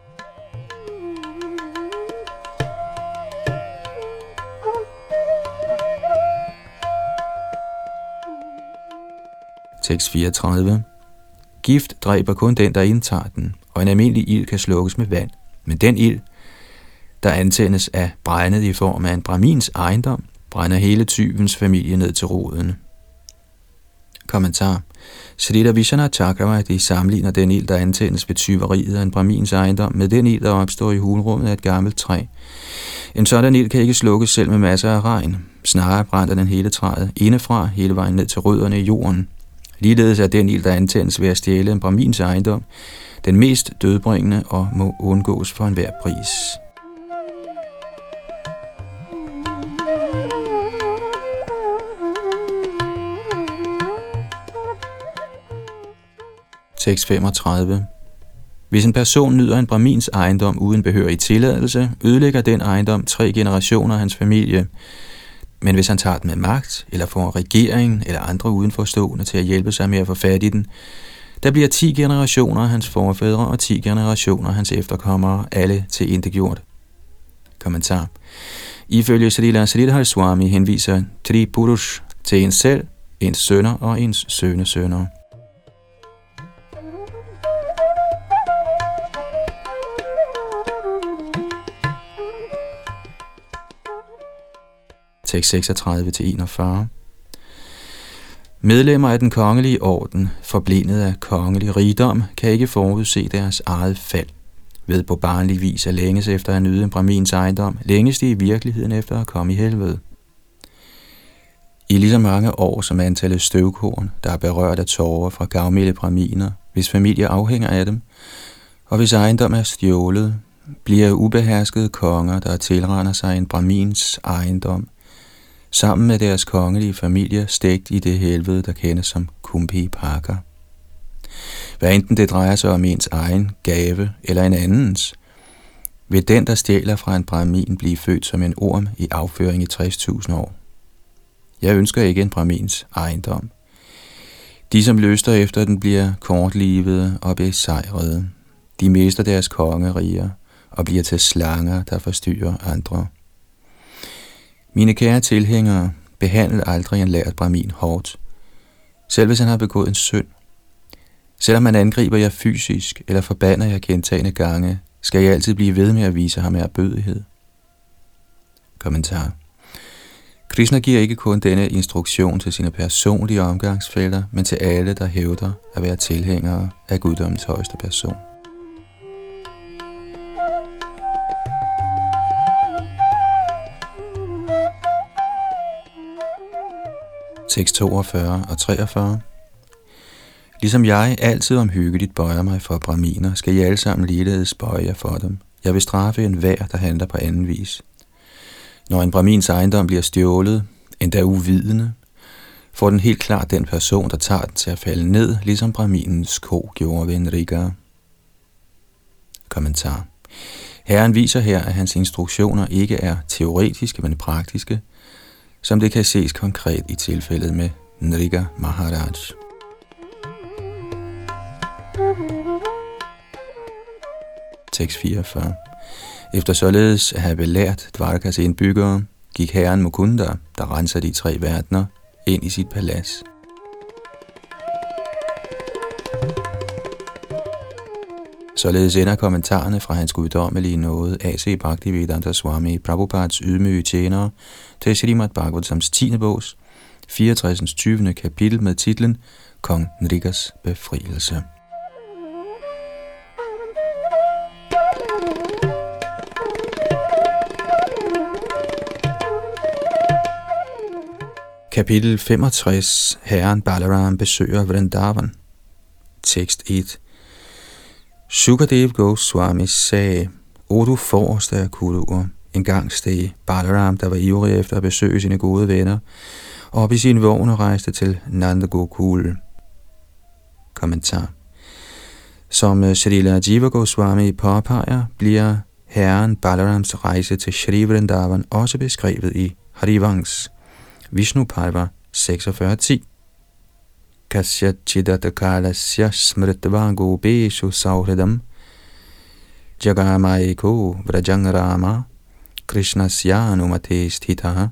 Tekst 34. Gift dræber kun den, der indtager den, og en almindelig ild kan slukkes med vand. Men den ild, der antændes af brændet i form af en brahmins ejendom, brænder hele tyvens familie ned til roden. Kommentar. Sridhar Vishwanath Chakravarti sammenligner den ild, der antændes ved tyveriet af en brahmins ejendom, med den ild, der opstår i hulrummet af et gammelt træ. En sådan ild kan ikke slukkes selv med masser af regn. Snarere brænder den hele træet indefra, hele vejen ned til rødderne i jorden. Ligeledes er den ild, der antændes ved at stjæle en brahmins ejendom, den mest dødbringende og må undgås for enhver pris. Tekst 35. Hvis en person nyder en brahmins ejendom uden behørig tilladelse, ødelægger den ejendom 3 generationer af hans familie. Men hvis han tager den med magt, eller får regeringen eller andre udenforstående til at hjælpe sig med at få fat i den, der bliver 10 generationer af hans forfædre og 10 generationer af hans efterkommere, alle tilintetgjort. Kommentar. Ifølge Srila Sridhar Swami henviser Tripurush til en selv, ens sønner og ens sønnesønner. Tekst 36-41. Medlemmer af den kongelige orden, forblindet af kongelig rigdom, kan ikke forudse deres eget fald. Ved på barnlig vis at længes efter at nyde en brahmins ejendom, længes de i virkeligheden efter at komme i helvede. I lige så mange år som antallet støvkorn, der er berørt af tårer fra gavmilde brahminer, hvis familie afhænger af dem, og hvis ejendom er stjålet, bliver ubeherskede konger, der tilrender sig en brahmins ejendom, sammen med deres kongelige familie stegt i det helvede, der kendes som Kumpi Pakker. Hvad enten det drejer sig om ens egen gave eller en andens, vil den, der stjæler fra en brahmin, blive født som en orm i afføring i 60.000 år. Jeg ønsker ikke en brahmins ejendom. De, som lyster efter den, bliver kortlivede og besejrede. De mister deres kongeriger og bliver til slanger, der forstyrrer andre. Mine kære tilhængere, behandl aldrig en lært brahmin hårdt, selv hvis han har begået en synd. Selvom man angriber jer fysisk eller forbander jer gentagne gange, skal jeg altid blive ved med at vise ham erbødighed. Kommentar. Krishna giver ikke kun denne instruktion til sine personlige omgangsfæller, men til alle, der hævder at være tilhængere af guddommens højeste person. Tekst 42 og 43. Ligesom jeg altid omhyggeligt bøjer mig for brahminer, skal I alle sammen ligeledes bøje jer for dem. Jeg vil straffe enhver, der handler på anden vis. Når en brahmins ejendom bliver stjålet, endda uvidende, får den helt klart den person, der tager den til at falde ned, ligesom brahminens ko gjorde ved en rigger. Kommentar. Herren viser her, at hans instruktioner ikke er teoretiske, men praktiske, som det kan ses konkret i tilfældet med Nriga Maharaj. Tekst 44. Efter således at have belært Dvarkas indbyggere, gik herren Mukunda, der renser de 3 verdener, ind i sit palads. Således ender kommentarerne fra hans guddommelige nåde A.C. Bhaktivedanta Swami Prabhupads ydmyge tjenere til Srimad Bhagavatams 10. bogs 64. 20. kapitel med titlen Kong Nrigas befrielse. Kapitel 65. Herren Balaram besøger Vrindavan. Tekst 1. Sukadev Goswami sagde: O du forreste af kuruer, engang steg Balaram, der var ivrig efter at besøge sine gode venner, op i sin vogn og rejste til Nanda Gokul. Kommentar. Som Srila Jiva Goswami påpeger, bliver herren Balarams rejse til Shri Vrindavan også beskrevet i Harivansh, Vishnu Parva 46.10. Kasya chidatakarasya smritva gopeshu sauhridam jagamaiko vrajang rama krishnasya anumate sthitaha.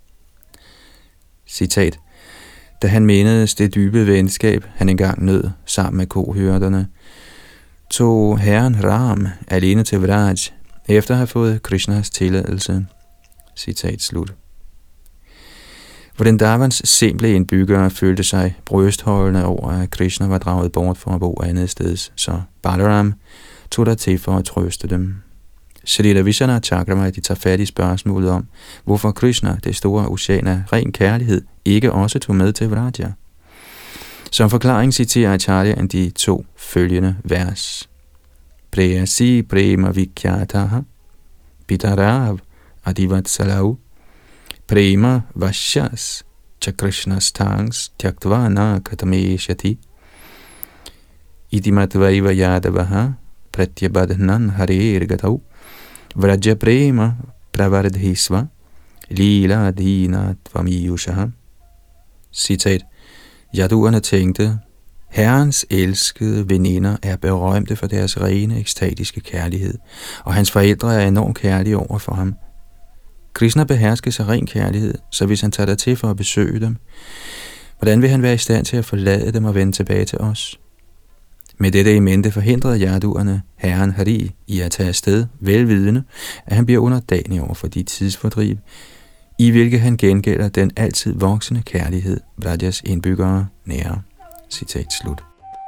Citat. Da han menedes det dybe venskab, han engang nød sammen med kohyrderne, tog herren Ram alene til Vraj, efter at have fået Krishnas tilladelse. Citat slut. Vrindavans simple indbyggere følte sig brystholdende over, at Krishna var draget bort for at bo andet sted, så Balaram tog der til for at trøste dem. Srila Vishana Chakravarti tager fat i spørgsmålet om, hvorfor Krishna, det store ocean af ren kærlighed, ikke også tog med til Vraja. Som forklaring citerer Acharya de 2 følgende vers. Preyasi prema vikyataha pitarav adivatsalau prema vashyas cha Krishnas tangs tyaktva na katameshati. idimatvaiva yadavaha pratyabadhanan harirgatau vraja prema pravardhisva lila dina tvamiyushaha. Citat. Yaduerne tænkte, Herrens elskede veninder er berømte for deres rene, ekstatiske kærlighed, og hans forældre er enormt kærlige over for ham. Krishna behersker sig ren kærlighed, så hvis han tager dig til for at besøge dem, hvordan vil han være i stand til at forlade dem og vende tilbage til os? Med dette i mente forhindrede Yaduerne herren Hari i at tage afsted, velvidende, at han bliver underdanig over for de tidsfordriv, i hvilke han gengælder den altid voksende kærlighed, Vrajas indbyggere nære. Citat slut.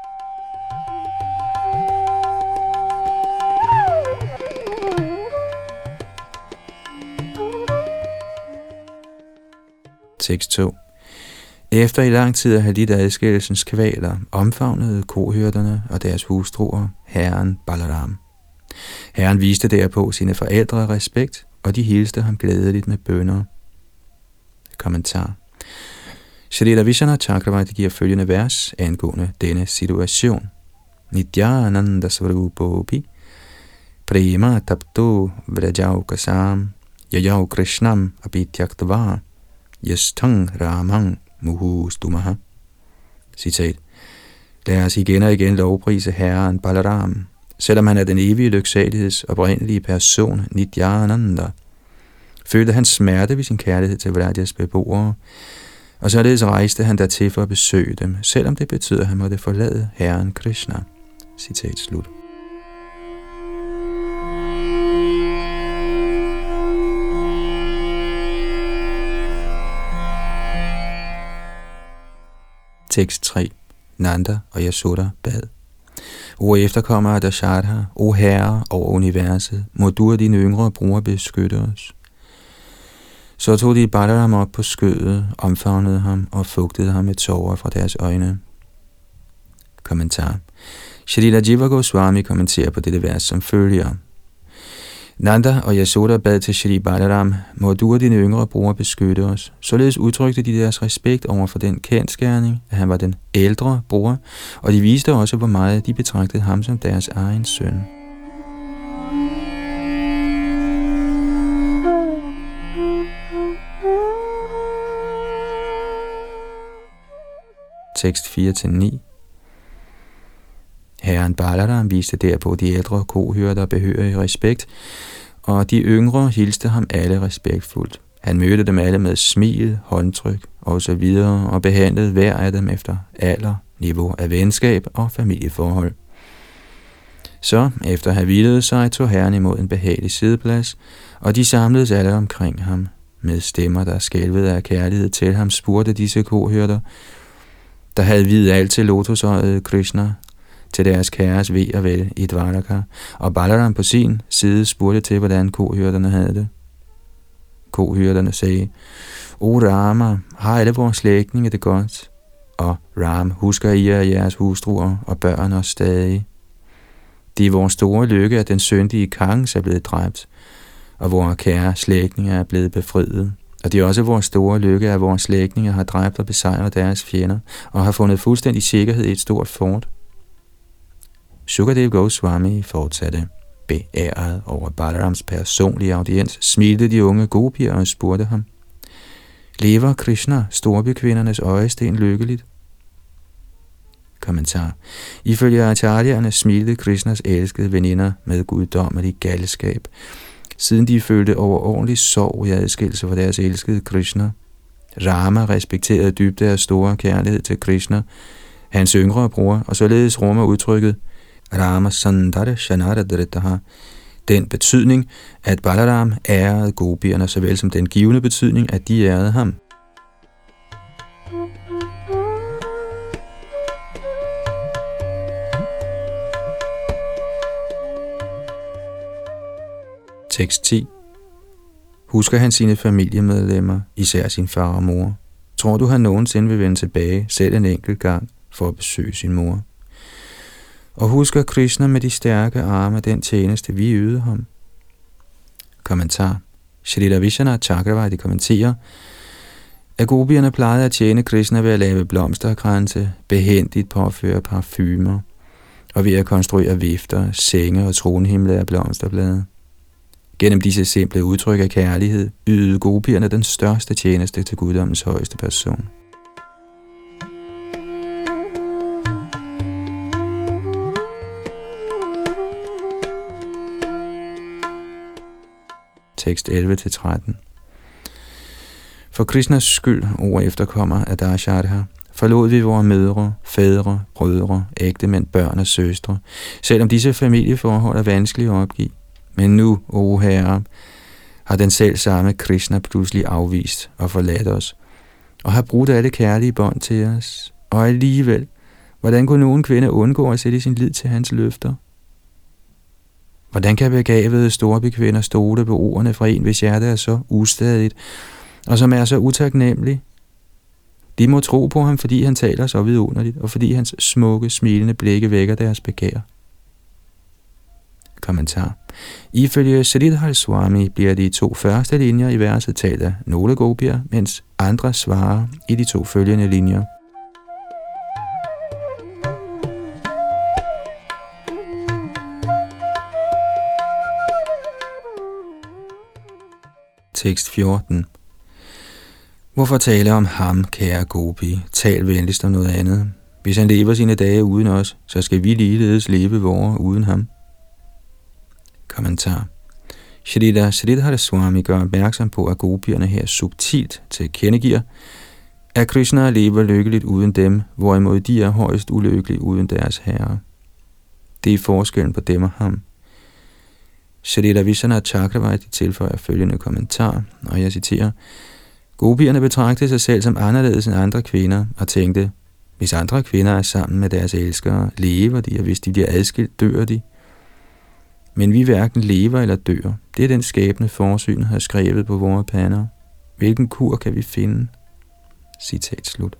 Tekst 2. Efter i lang tid at have lidt adskillelsens kvaler, omfavnede kohyrderne og deres hustruer herren Balaram. Herren viste derpå sine forældre respekt, og de hilste ham glædeligt med bønner. Kommentar. Shrila Vishana Chakravarti giver følgende vers angående denne situation. Nityananda Svarupopi Prema Tapto Vrajau Kasam Yajau Krishnam Abhityaktava Yastang Ramang Muhu Stumaha. Citat. Lad os igen og igen lovprise herren Balaram, selvom han er den evige lyksaligheds oprindelige person, Nityananda. Følte han smerte ved sin kærlighed til Vrajas beboere, og således rejste han dertil for at besøge dem, selvom det betyder, at han måtte forlade herren Krishna. Citat slut. Tekst 3. Nanda og Yashoda bad. O efterkommere af Dasharatha, o herre over universet, må du og dine yngre bror beskytte os. Så tog de Balaram op på skødet, omfavnede ham og fugtede ham med tårer fra deres øjne. Kommentar. Shrila Jiva Goswami kommenterer på dette vers som følger. Nanda og Yashoda bad til Shri Balaram, må du og dine yngre bror beskytte os. Således udtrykte de deres respekt over for den kendsgerning, at han var den ældre bror, og de viste også, hvor meget de betragtede ham som deres egen søn. Tekst 4-9. Herren Balaram viste derpå de ældre kohyrder behørig respekt, og de yngre hilste ham alle respektfuldt. Han mødte dem alle med smil, håndtryk og så videre, og behandlede hver af dem efter alder, niveau af venskab og familieforhold. Så, efter at have hvilet sig, tog herren imod en behagelig sideplads, og de samledes alle omkring ham. Med stemmer, der skælvede af kærlighed til ham, spurgte disse kohyrder, der havde videt alt til lotusøjet Krishna, til deres kæres ve og vel i Dvaraka, og Balaram på sin side spurgte til, hvordan kohyrderne havde det. Kohyrderne sagde, O Rama, har alle vores slægtninge det godt? Og Ram, husker I af jeres hustruer og børn os stadig? Det er vores store lykke, at den syndige Kangs er blevet dræbt, og vores kære slægtninge er blevet befriet. Og det er også vores store lykke, at vores slægtninge har dræbt og besejret deres fjender, og har fundet fuldstændig sikkerhed i et stort fort. Shukadev Goswami fortsatte. Beæret over Balarams personlige audiens, smilte de unge gopier og spurgte ham, lever Krishna, storbykvindernes øjesten, lykkeligt? Kommentar. Ifølge acharyerne smilte Krishnas elskede veninder med guddommelig galskab, siden de følte overordentlig sorg i adskillelse for deres elskede Krishna. Rama respekterede dybt deres store kærlighed til Krishna, hans yngre bror, og således rummer udtrykket Rama Sandara Shanara, den betydning, at Balaram ærede gopierne, såvel som den givende betydning, at de ærede ham. Tekst 10. Husker han sine familiemedlemmer, især sin far og mor? Tror du, han nogensinde vil vende tilbage, selv en enkelt gang, for at besøge sin mor? Og husker Krishna med de stærke arme den tjeneste, vi ydede ham? Kommentar. Shrila Vishana Chakravarti kommenterer, at gopierne plejede at tjene Krishna ved at lave blomsterkranse, behændigt påføre parfumer, og ved at konstruere vifter, senge og tronhimle af blomsterblade. Gennem disse simple udtryk af kærlighed ydede gopierne den største tjeneste til guddommens højeste person. Tekst 11-13. For Krishnas skyld, ord efterkommer af Dasharatha, forlod vi vores mødre, fædre, brødre, ægtemænd, børn og søstre, selvom disse familieforhold er vanskelige at opgive. Men nu, o Herre, har den selv samme Krishna pludselig afvist og forladt os, og har brudt alle kærlige bånd til os. Og alligevel, hvordan kunne nogen kvinde undgå at sætte sin lid til hans løfter? Hvordan kan begavede storbykvinder stole på ordene fra en, hvis hjerte er så ustadigt, og som er så utaknemmelig? De må tro på ham, fordi han taler så vidunderligt, og fordi hans smukke, smilende blikke vækker deres begær. Kommentar. Ifølge Sridhar Swami bliver de 2 første linjer i verset talt af nogle gopier, mens andre svarer i de 2 følgende linjer. Tekst 14. Hvorfor tale om ham, kære gopi? Tal venligst om noget andet. Hvis han lever sine dage uden os, så skal vi ligeledes leve vore uden ham. Kommentar. Shrita Sridhar Swami gør opmærksom på, at gopierne her subtilt tilkendegiver, at Krishna lever lykkeligt uden dem, hvorimod de er højst ulykkelige uden deres herre. Det er forskellen på dem og ham. Shrita Vishwanath Chakravarti tilføjer følgende kommentar, og jeg citerer: Gopierne betragtede sig selv som anderledes end andre kvinder og tænkte, hvis andre kvinder er sammen med deres elskere, lever de, og hvis de bliver adskilt, dør de. Men vi hverken lever eller dør. Det er den skæbne forsynet har skrevet på vores pander. Hvilken kur kan vi finde? Citat slut.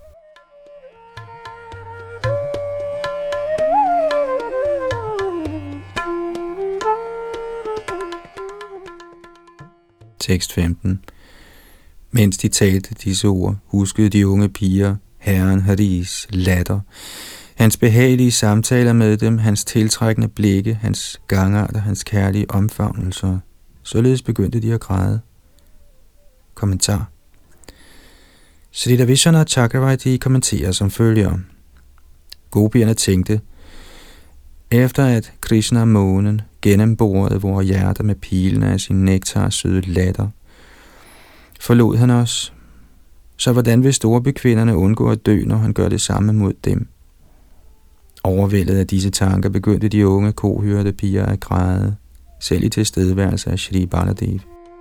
Tekst 15. Mens de talte disse ord, huskede de unge piger Herren Haris latter, hans behagelige samtaler med dem, hans tiltrækkende blikke, hans gangart og hans kærlige omfavnelser. Således begyndte de at græde. Kommentar. Shrita Vishwanath Chakravarti kommenterer som følger. Gopierne tænkte, efter at Krishna månen gennemborede vores hjerter med pilene af sin nektar søde latter, forlod han os. Så hvordan vil storbykvinderne undgå at dø, når han gør det samme mod dem? Overvældet af disse tanker begyndte de unge kohørte piger at græde, selv i tilstedeværelse af Shri Baladev.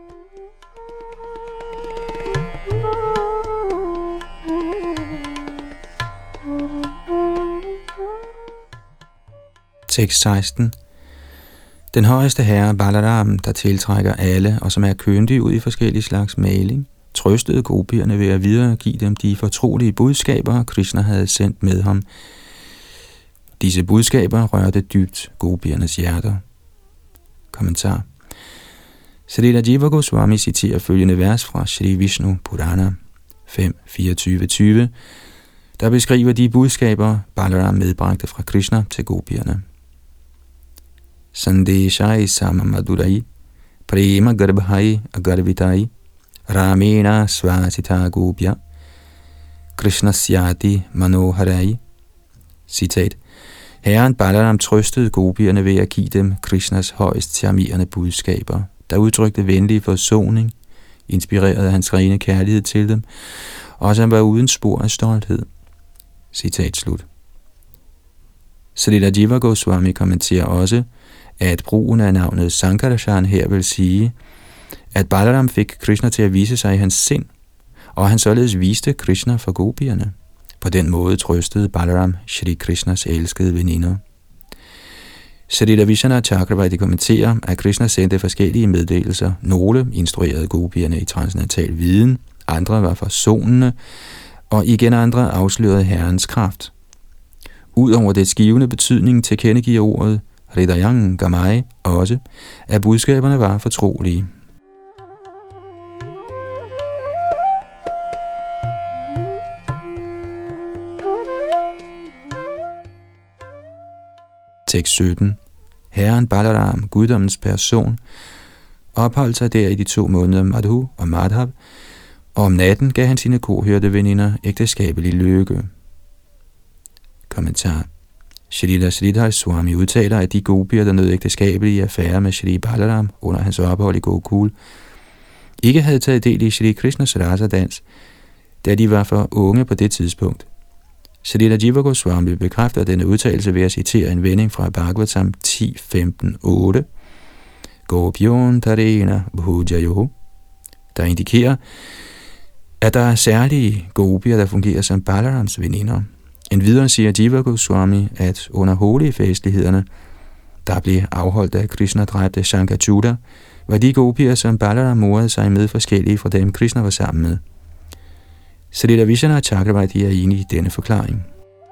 Tekst 16. Den højeste herre Balaram, der tiltrækker alle og som er kyndig ud i forskellige slags maling, trøstede gopierne ved at videregive dem de fortrolige budskaber, Krishna havde sendt med ham. Disse budskaber rørte dybt gopiernes hjerter. Kommentar. Srila Jiva Goswami citerer følgende vers fra Shri Vishnu Purana 5.24.20, der beskriver de budskaber, Balaram medbragte fra Krishna til gopierne. Sandeshai samamadurai, prema garbhai agarvitai, ramena svasita gopya, krishnasyati manoharai. Citat. Herren Balaram trøstede gopierne ved at give dem Krishnas højst charmerende budskaber, der udtrykte venlig forsoning, inspireret af hans rene kærlighed til dem, og som var uden spor af stolthed. Citat slut. Srila Jiva Goswami kommenterer også, at brugen af navnet Sankarshan her vil sige, at Balaram fik Krishna til at vise sig i hans sind, og han således viste Krishna for gopierne. På den måde trøstede Balaram Shri Krishnas elskede veninder. Srila Vishwanath Chakravarti kommenterer, at Krishna sendte forskellige meddelelser. Nogle instruerede gopierne i transcendental viden, andre var forsonende, og igen andre afslørede herrens kraft. Udover det skivende betydning tilkendegiver ordet Hridayang Gamai også, at budskaberne var fortrolige. Tekst 17. Herren Balaram, guddommens person, opholdt sig der i de 2 måneder Madhu og Madhav, og om natten gav han sine kohørteveninder ægteskabelig lykke. Kommentar. Shrila Sridhar Swami udtaler, at de gopier, der nød ægteskabelige affære med Shri Balaram under hans ophold i Gokul, ikke havde taget del i Shri Krishnas rasadans, da de var for unge på det tidspunkt. Shrila Jiva Goswami bekræfter denne udtalelse ved at citere en vending fra Bhagavatam 10.15.8, Gopyon Tarena Bhujayo, der indikerer, at der er særlige gopier, der fungerer som Balarams veninder. Endvidere siger Jiva Goswami, at under holige festlighederne, der blev afholdt af Krishna dræbte Shankachuda, var de gopier, som Balaram morede sig med forskellige fra dem, Krishna var sammen med. Srila Vishana Chakravarti er enig i denne forklaring.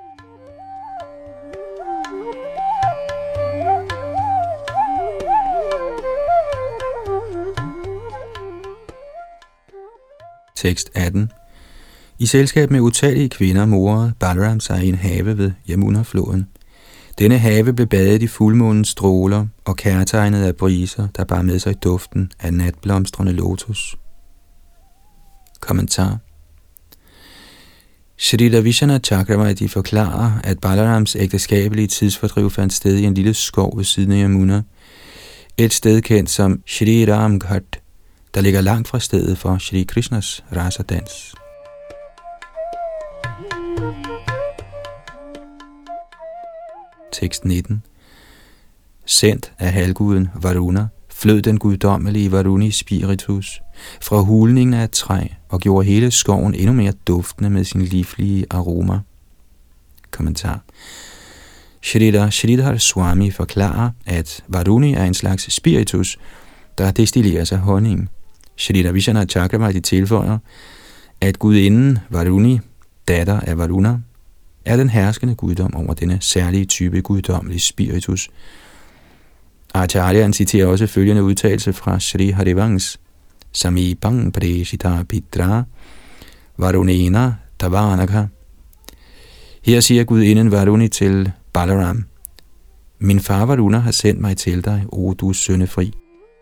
Tekst 18. I selskab med utallige kvinder morede Balaram sig i en have ved Yamuna-floden. Denne have blev badet i fuldmånens stråler og kærtegnet af briser, der bar med sig duften af natblomstrende lotus. Kommentar. Shrila Vishana Chakravarti forklarer, at Balarams ægteskabelige tidsfordriv fandt sted i en lille skov ved siden af Yamuna, et sted kendt som Shri Ram Ghat, der ligger langt fra stedet for Shri Krishnas rasadans. Tekst 19. Sendt af halvguden Varuna, flød den guddommelige Varuni spiritus fra hulningen af et træ og gjorde hele skoven endnu mere duftende med sin livlige aroma. Kommentar. Shrila Sridhar Swami forklarer, at Varuni er en slags spiritus, der destilleres af honning. Shrila Vishana Chakravarti tilføjer, at gudinden Varuni, datter af Varuna, er den herskende guddom over denne særlige type guddommelig spiritus. Acharyan citerer også følgende udtalelse fra Sri Harivansh: Samipang Preshita Pitra Varunena Tavanaka. Her siger gudinden Varuni til Balaram: Min far Varuna har sendt mig til dig, o du syndefri.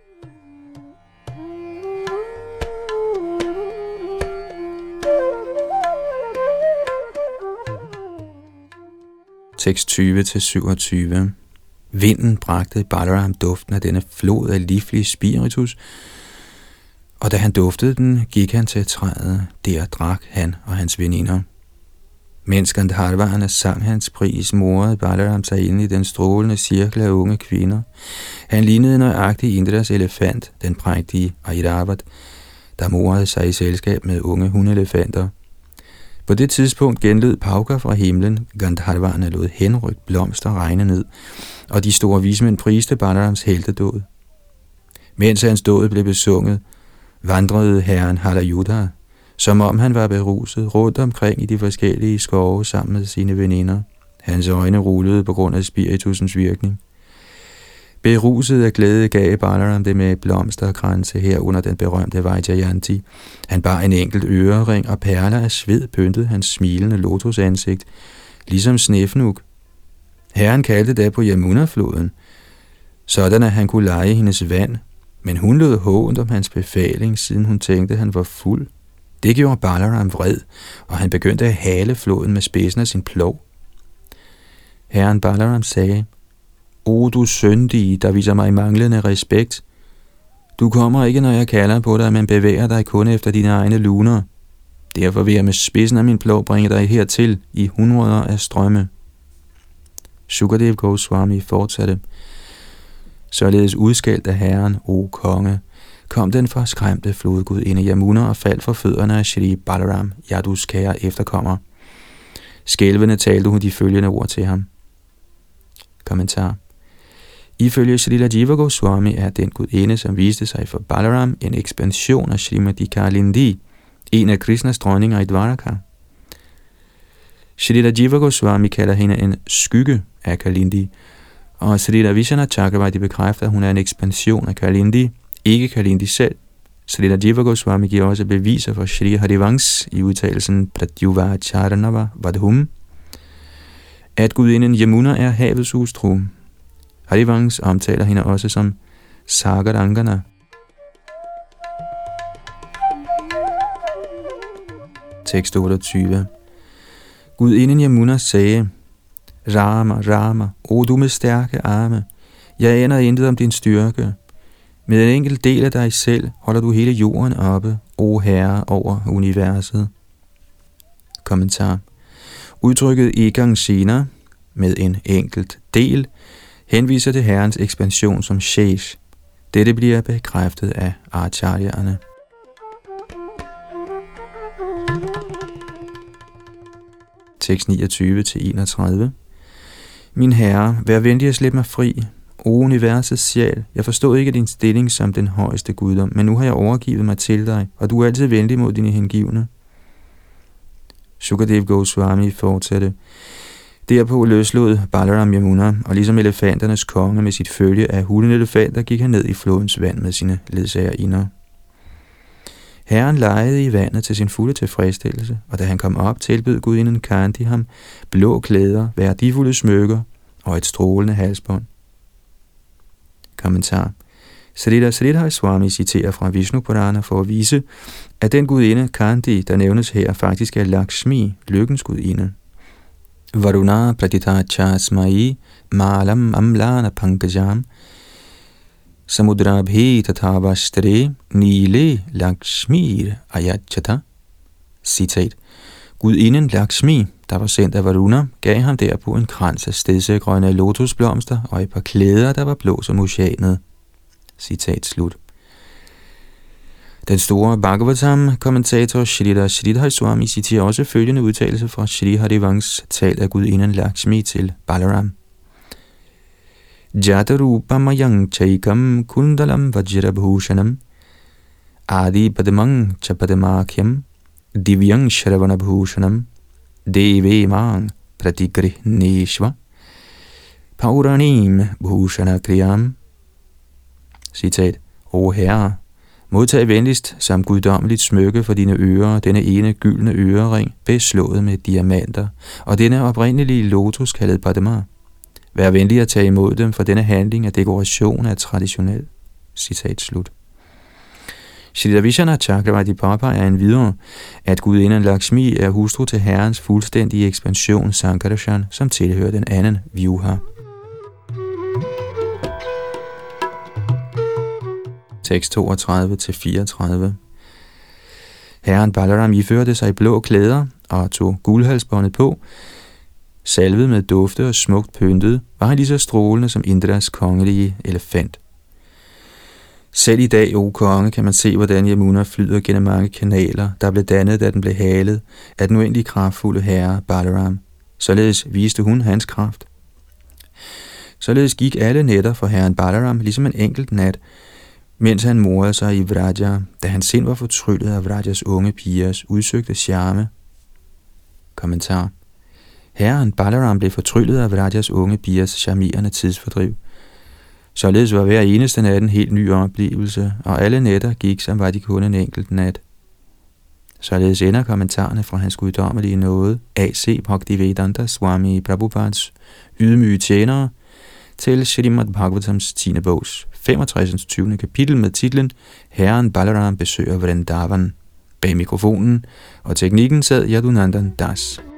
Tekst 20-27. Vinden bragte Balaram duften af denne flod af livlig spiritus, og da han duftede den, gik han til træet. Der drak han og hans veninder. Mens Gandharvarerne sang hans pris, morede Balaram sig ind i den strålende cirkel af unge kvinder. Han lignede nøjagtigt Indras elefant, den prægtige Airavat, der morede sig i selskab med unge hunelefanter. På det tidspunkt genlød pauker fra himlen, Gandharvarerne lod henrygt blomster regne ned, og de store vismænd priste Balarams heltedåd. Mens hans dåd blev besunget, vandrede herren Halayudha, som om han var beruset, rundt omkring i de forskellige skove sammen med sine veninder. Hans øjne rullede på grund af spiritusens virkning. Beruset af glæde gav Balaram det med blomsterkranse her under den berømte Vaijayanti. Han bar en enkelt ørering, og perler af sved pyntede hans smilende lotusansigt, ligesom Snefnug. Herren kaldte da på Yamuna-floden, sådan at han kunne lege hendes vand, men hun lød hånt om hans befaling, siden hun tænkte, han var fuld. Det gjorde Balaram vred, og han begyndte at hale floden med spidsen af sin plov. Herren Balaram sagde: O du syndige, der viser mig manglende respekt. Du kommer ikke, når jeg kalder på dig, men bevæger dig kun efter dine egne luner. Derfor vil jeg med spidsen af min plov bringe dig hertil i hundreder af strømme. Shukadev Goswami fortsatte: Således udskældt af herren, o konge, kom den forskræmte flodgudinde Yamuna og faldt for fødderne af Shri Balaram, Yadus kære efterkommer. Skælvende talte hun de følgende ord til ham. Kommentar. Ifølge Srila Jiva Goswami er den gudinde, som viste sig for Balaram, en ekspansion af Srimati Kalindi, en af Krishnas dronninger i Dvaraka. Srila Jiva Goswami kalder hende en skygge af Kalindi, og Srila Vishana Chakravarti bekræfter, at hun er en ekspansion af Kalindi, ikke Kalindi selv. Srila Jiva Goswami giver også beviser for Sri Harivansh i udtalelsen Pratyuva Charanava Vadhum, at gudinden Yamuna er havets hustru. Harivansh omtaler hende også som Sagarangana. Tekst 28. Gudinden Yamuna sagde: Rama, Rama, o du med stærke arme, jeg aner intet om din styrke. Med en enkelt del af dig selv holder du hele jorden oppe, o herre over universet. Kommentar. Udtrykket Ekangsena, med en enkelt del, henviser til herrens ekspansion som Shesh. Dette bliver bekræftet af acharyerne. Tekst 29-31. Min herre, vær venlig at slippe mig fri. O universets sjæl, jeg forstod ikke din stilling som den højeste guddom, men nu har jeg overgivet mig til dig, og du er altid venlig mod dine hengivne. Shukadev Goswami fortsatte: Derpå løslod Balaram Yamuna, og ligesom elefanternes konge med sit følge af hundeelefanter, gik han ned i flodens vand med sine ledsagerinder. Herren legede i vandet til sin fulde tilfredsstillelse, og da han kom op, tilbød gudinden Kanti ham blå klæder, værdifulde smykker og et strålende halsbånd. Kommentar. Sridhar Swami citerer fra Vishnu Purana for at vise, at den gudinde Kanti, der nævnes her, faktisk er Lakshmi, lykkens gudinde. Varuna pratitacha smai malam amlana pankajam samudrabhe tathavastre nile lakshmir ayachata. Citat. Gudinden Lakshmi, der var sendt af Varuna, gav ham derpå en krans af stedsegrønne lotusblomster og et par klæder, der var blå som oceanet. Citat slut. Den store Bhagavatam-kommentator Sridhar Swami citerer også følgende udtalelse fra Shri Harivansh, talt af gudinden Lakshmi til Balaram. Jatarupamayang chaikam kundalam vajrabhushanam adi padamang chapadamakyam divyang shravanabhushanam devemang pratigrihneshva pauranim bhushanakriyam. Citat. O herre, modtag venligst som guddommeligt smykke for dine ører, denne ene gyldne ørering, beslået med diamanter, og denne oprindelige lotus kaldet Padma. Vær venlig at tage imod dem, for denne handling af dekoration er traditionel. Citat slut. Shrita Vishana Chakravarti påpeger endvidere, at gudinden Lakshmi er hustru til herrens fuldstændige ekspansion Sankarshan, som tilhører den anden Vyuha. Tekst 32-34. Herren Balaram iførte sig blå klæder og tog guldhalsbåndet på. Salvet med dufte og smukt pyntet, var han lige så strålende som Indras kongelige elefant. Selv i dag, o konge, kan man se, hvordan Yamuna flyder gennem mange kanaler, der blev dannet, da den blev halet af den uendelig kraftfulde herre Balaram. Således viste hun hans kraft. Således gik alle nætter for herren Balaram ligesom en enkelt nat, mens han morede sig i Vraja, da hans sind var fortryllet af Vrajas unge pigers udsøgte charme. Kommentar. Herren Balaram blev fortryllet af Vrajas unge pigers charmerende tidsfordriv. Således var hver eneste nat en helt ny oplevelse, og alle nætter gik, som var de kun en enkelt nat. Således ender kommentarerne fra hans guddommelige nåde, A.C. Bhaktivedanta Swami Prabhupads ydmyge tjenere, til Srimad Bhagavatams 10. bogs 65. 20. kapitel med titlen Herren Balaram besøger Vrindavan. Bag mikrofonen og teknikken sad Yadunandan Das.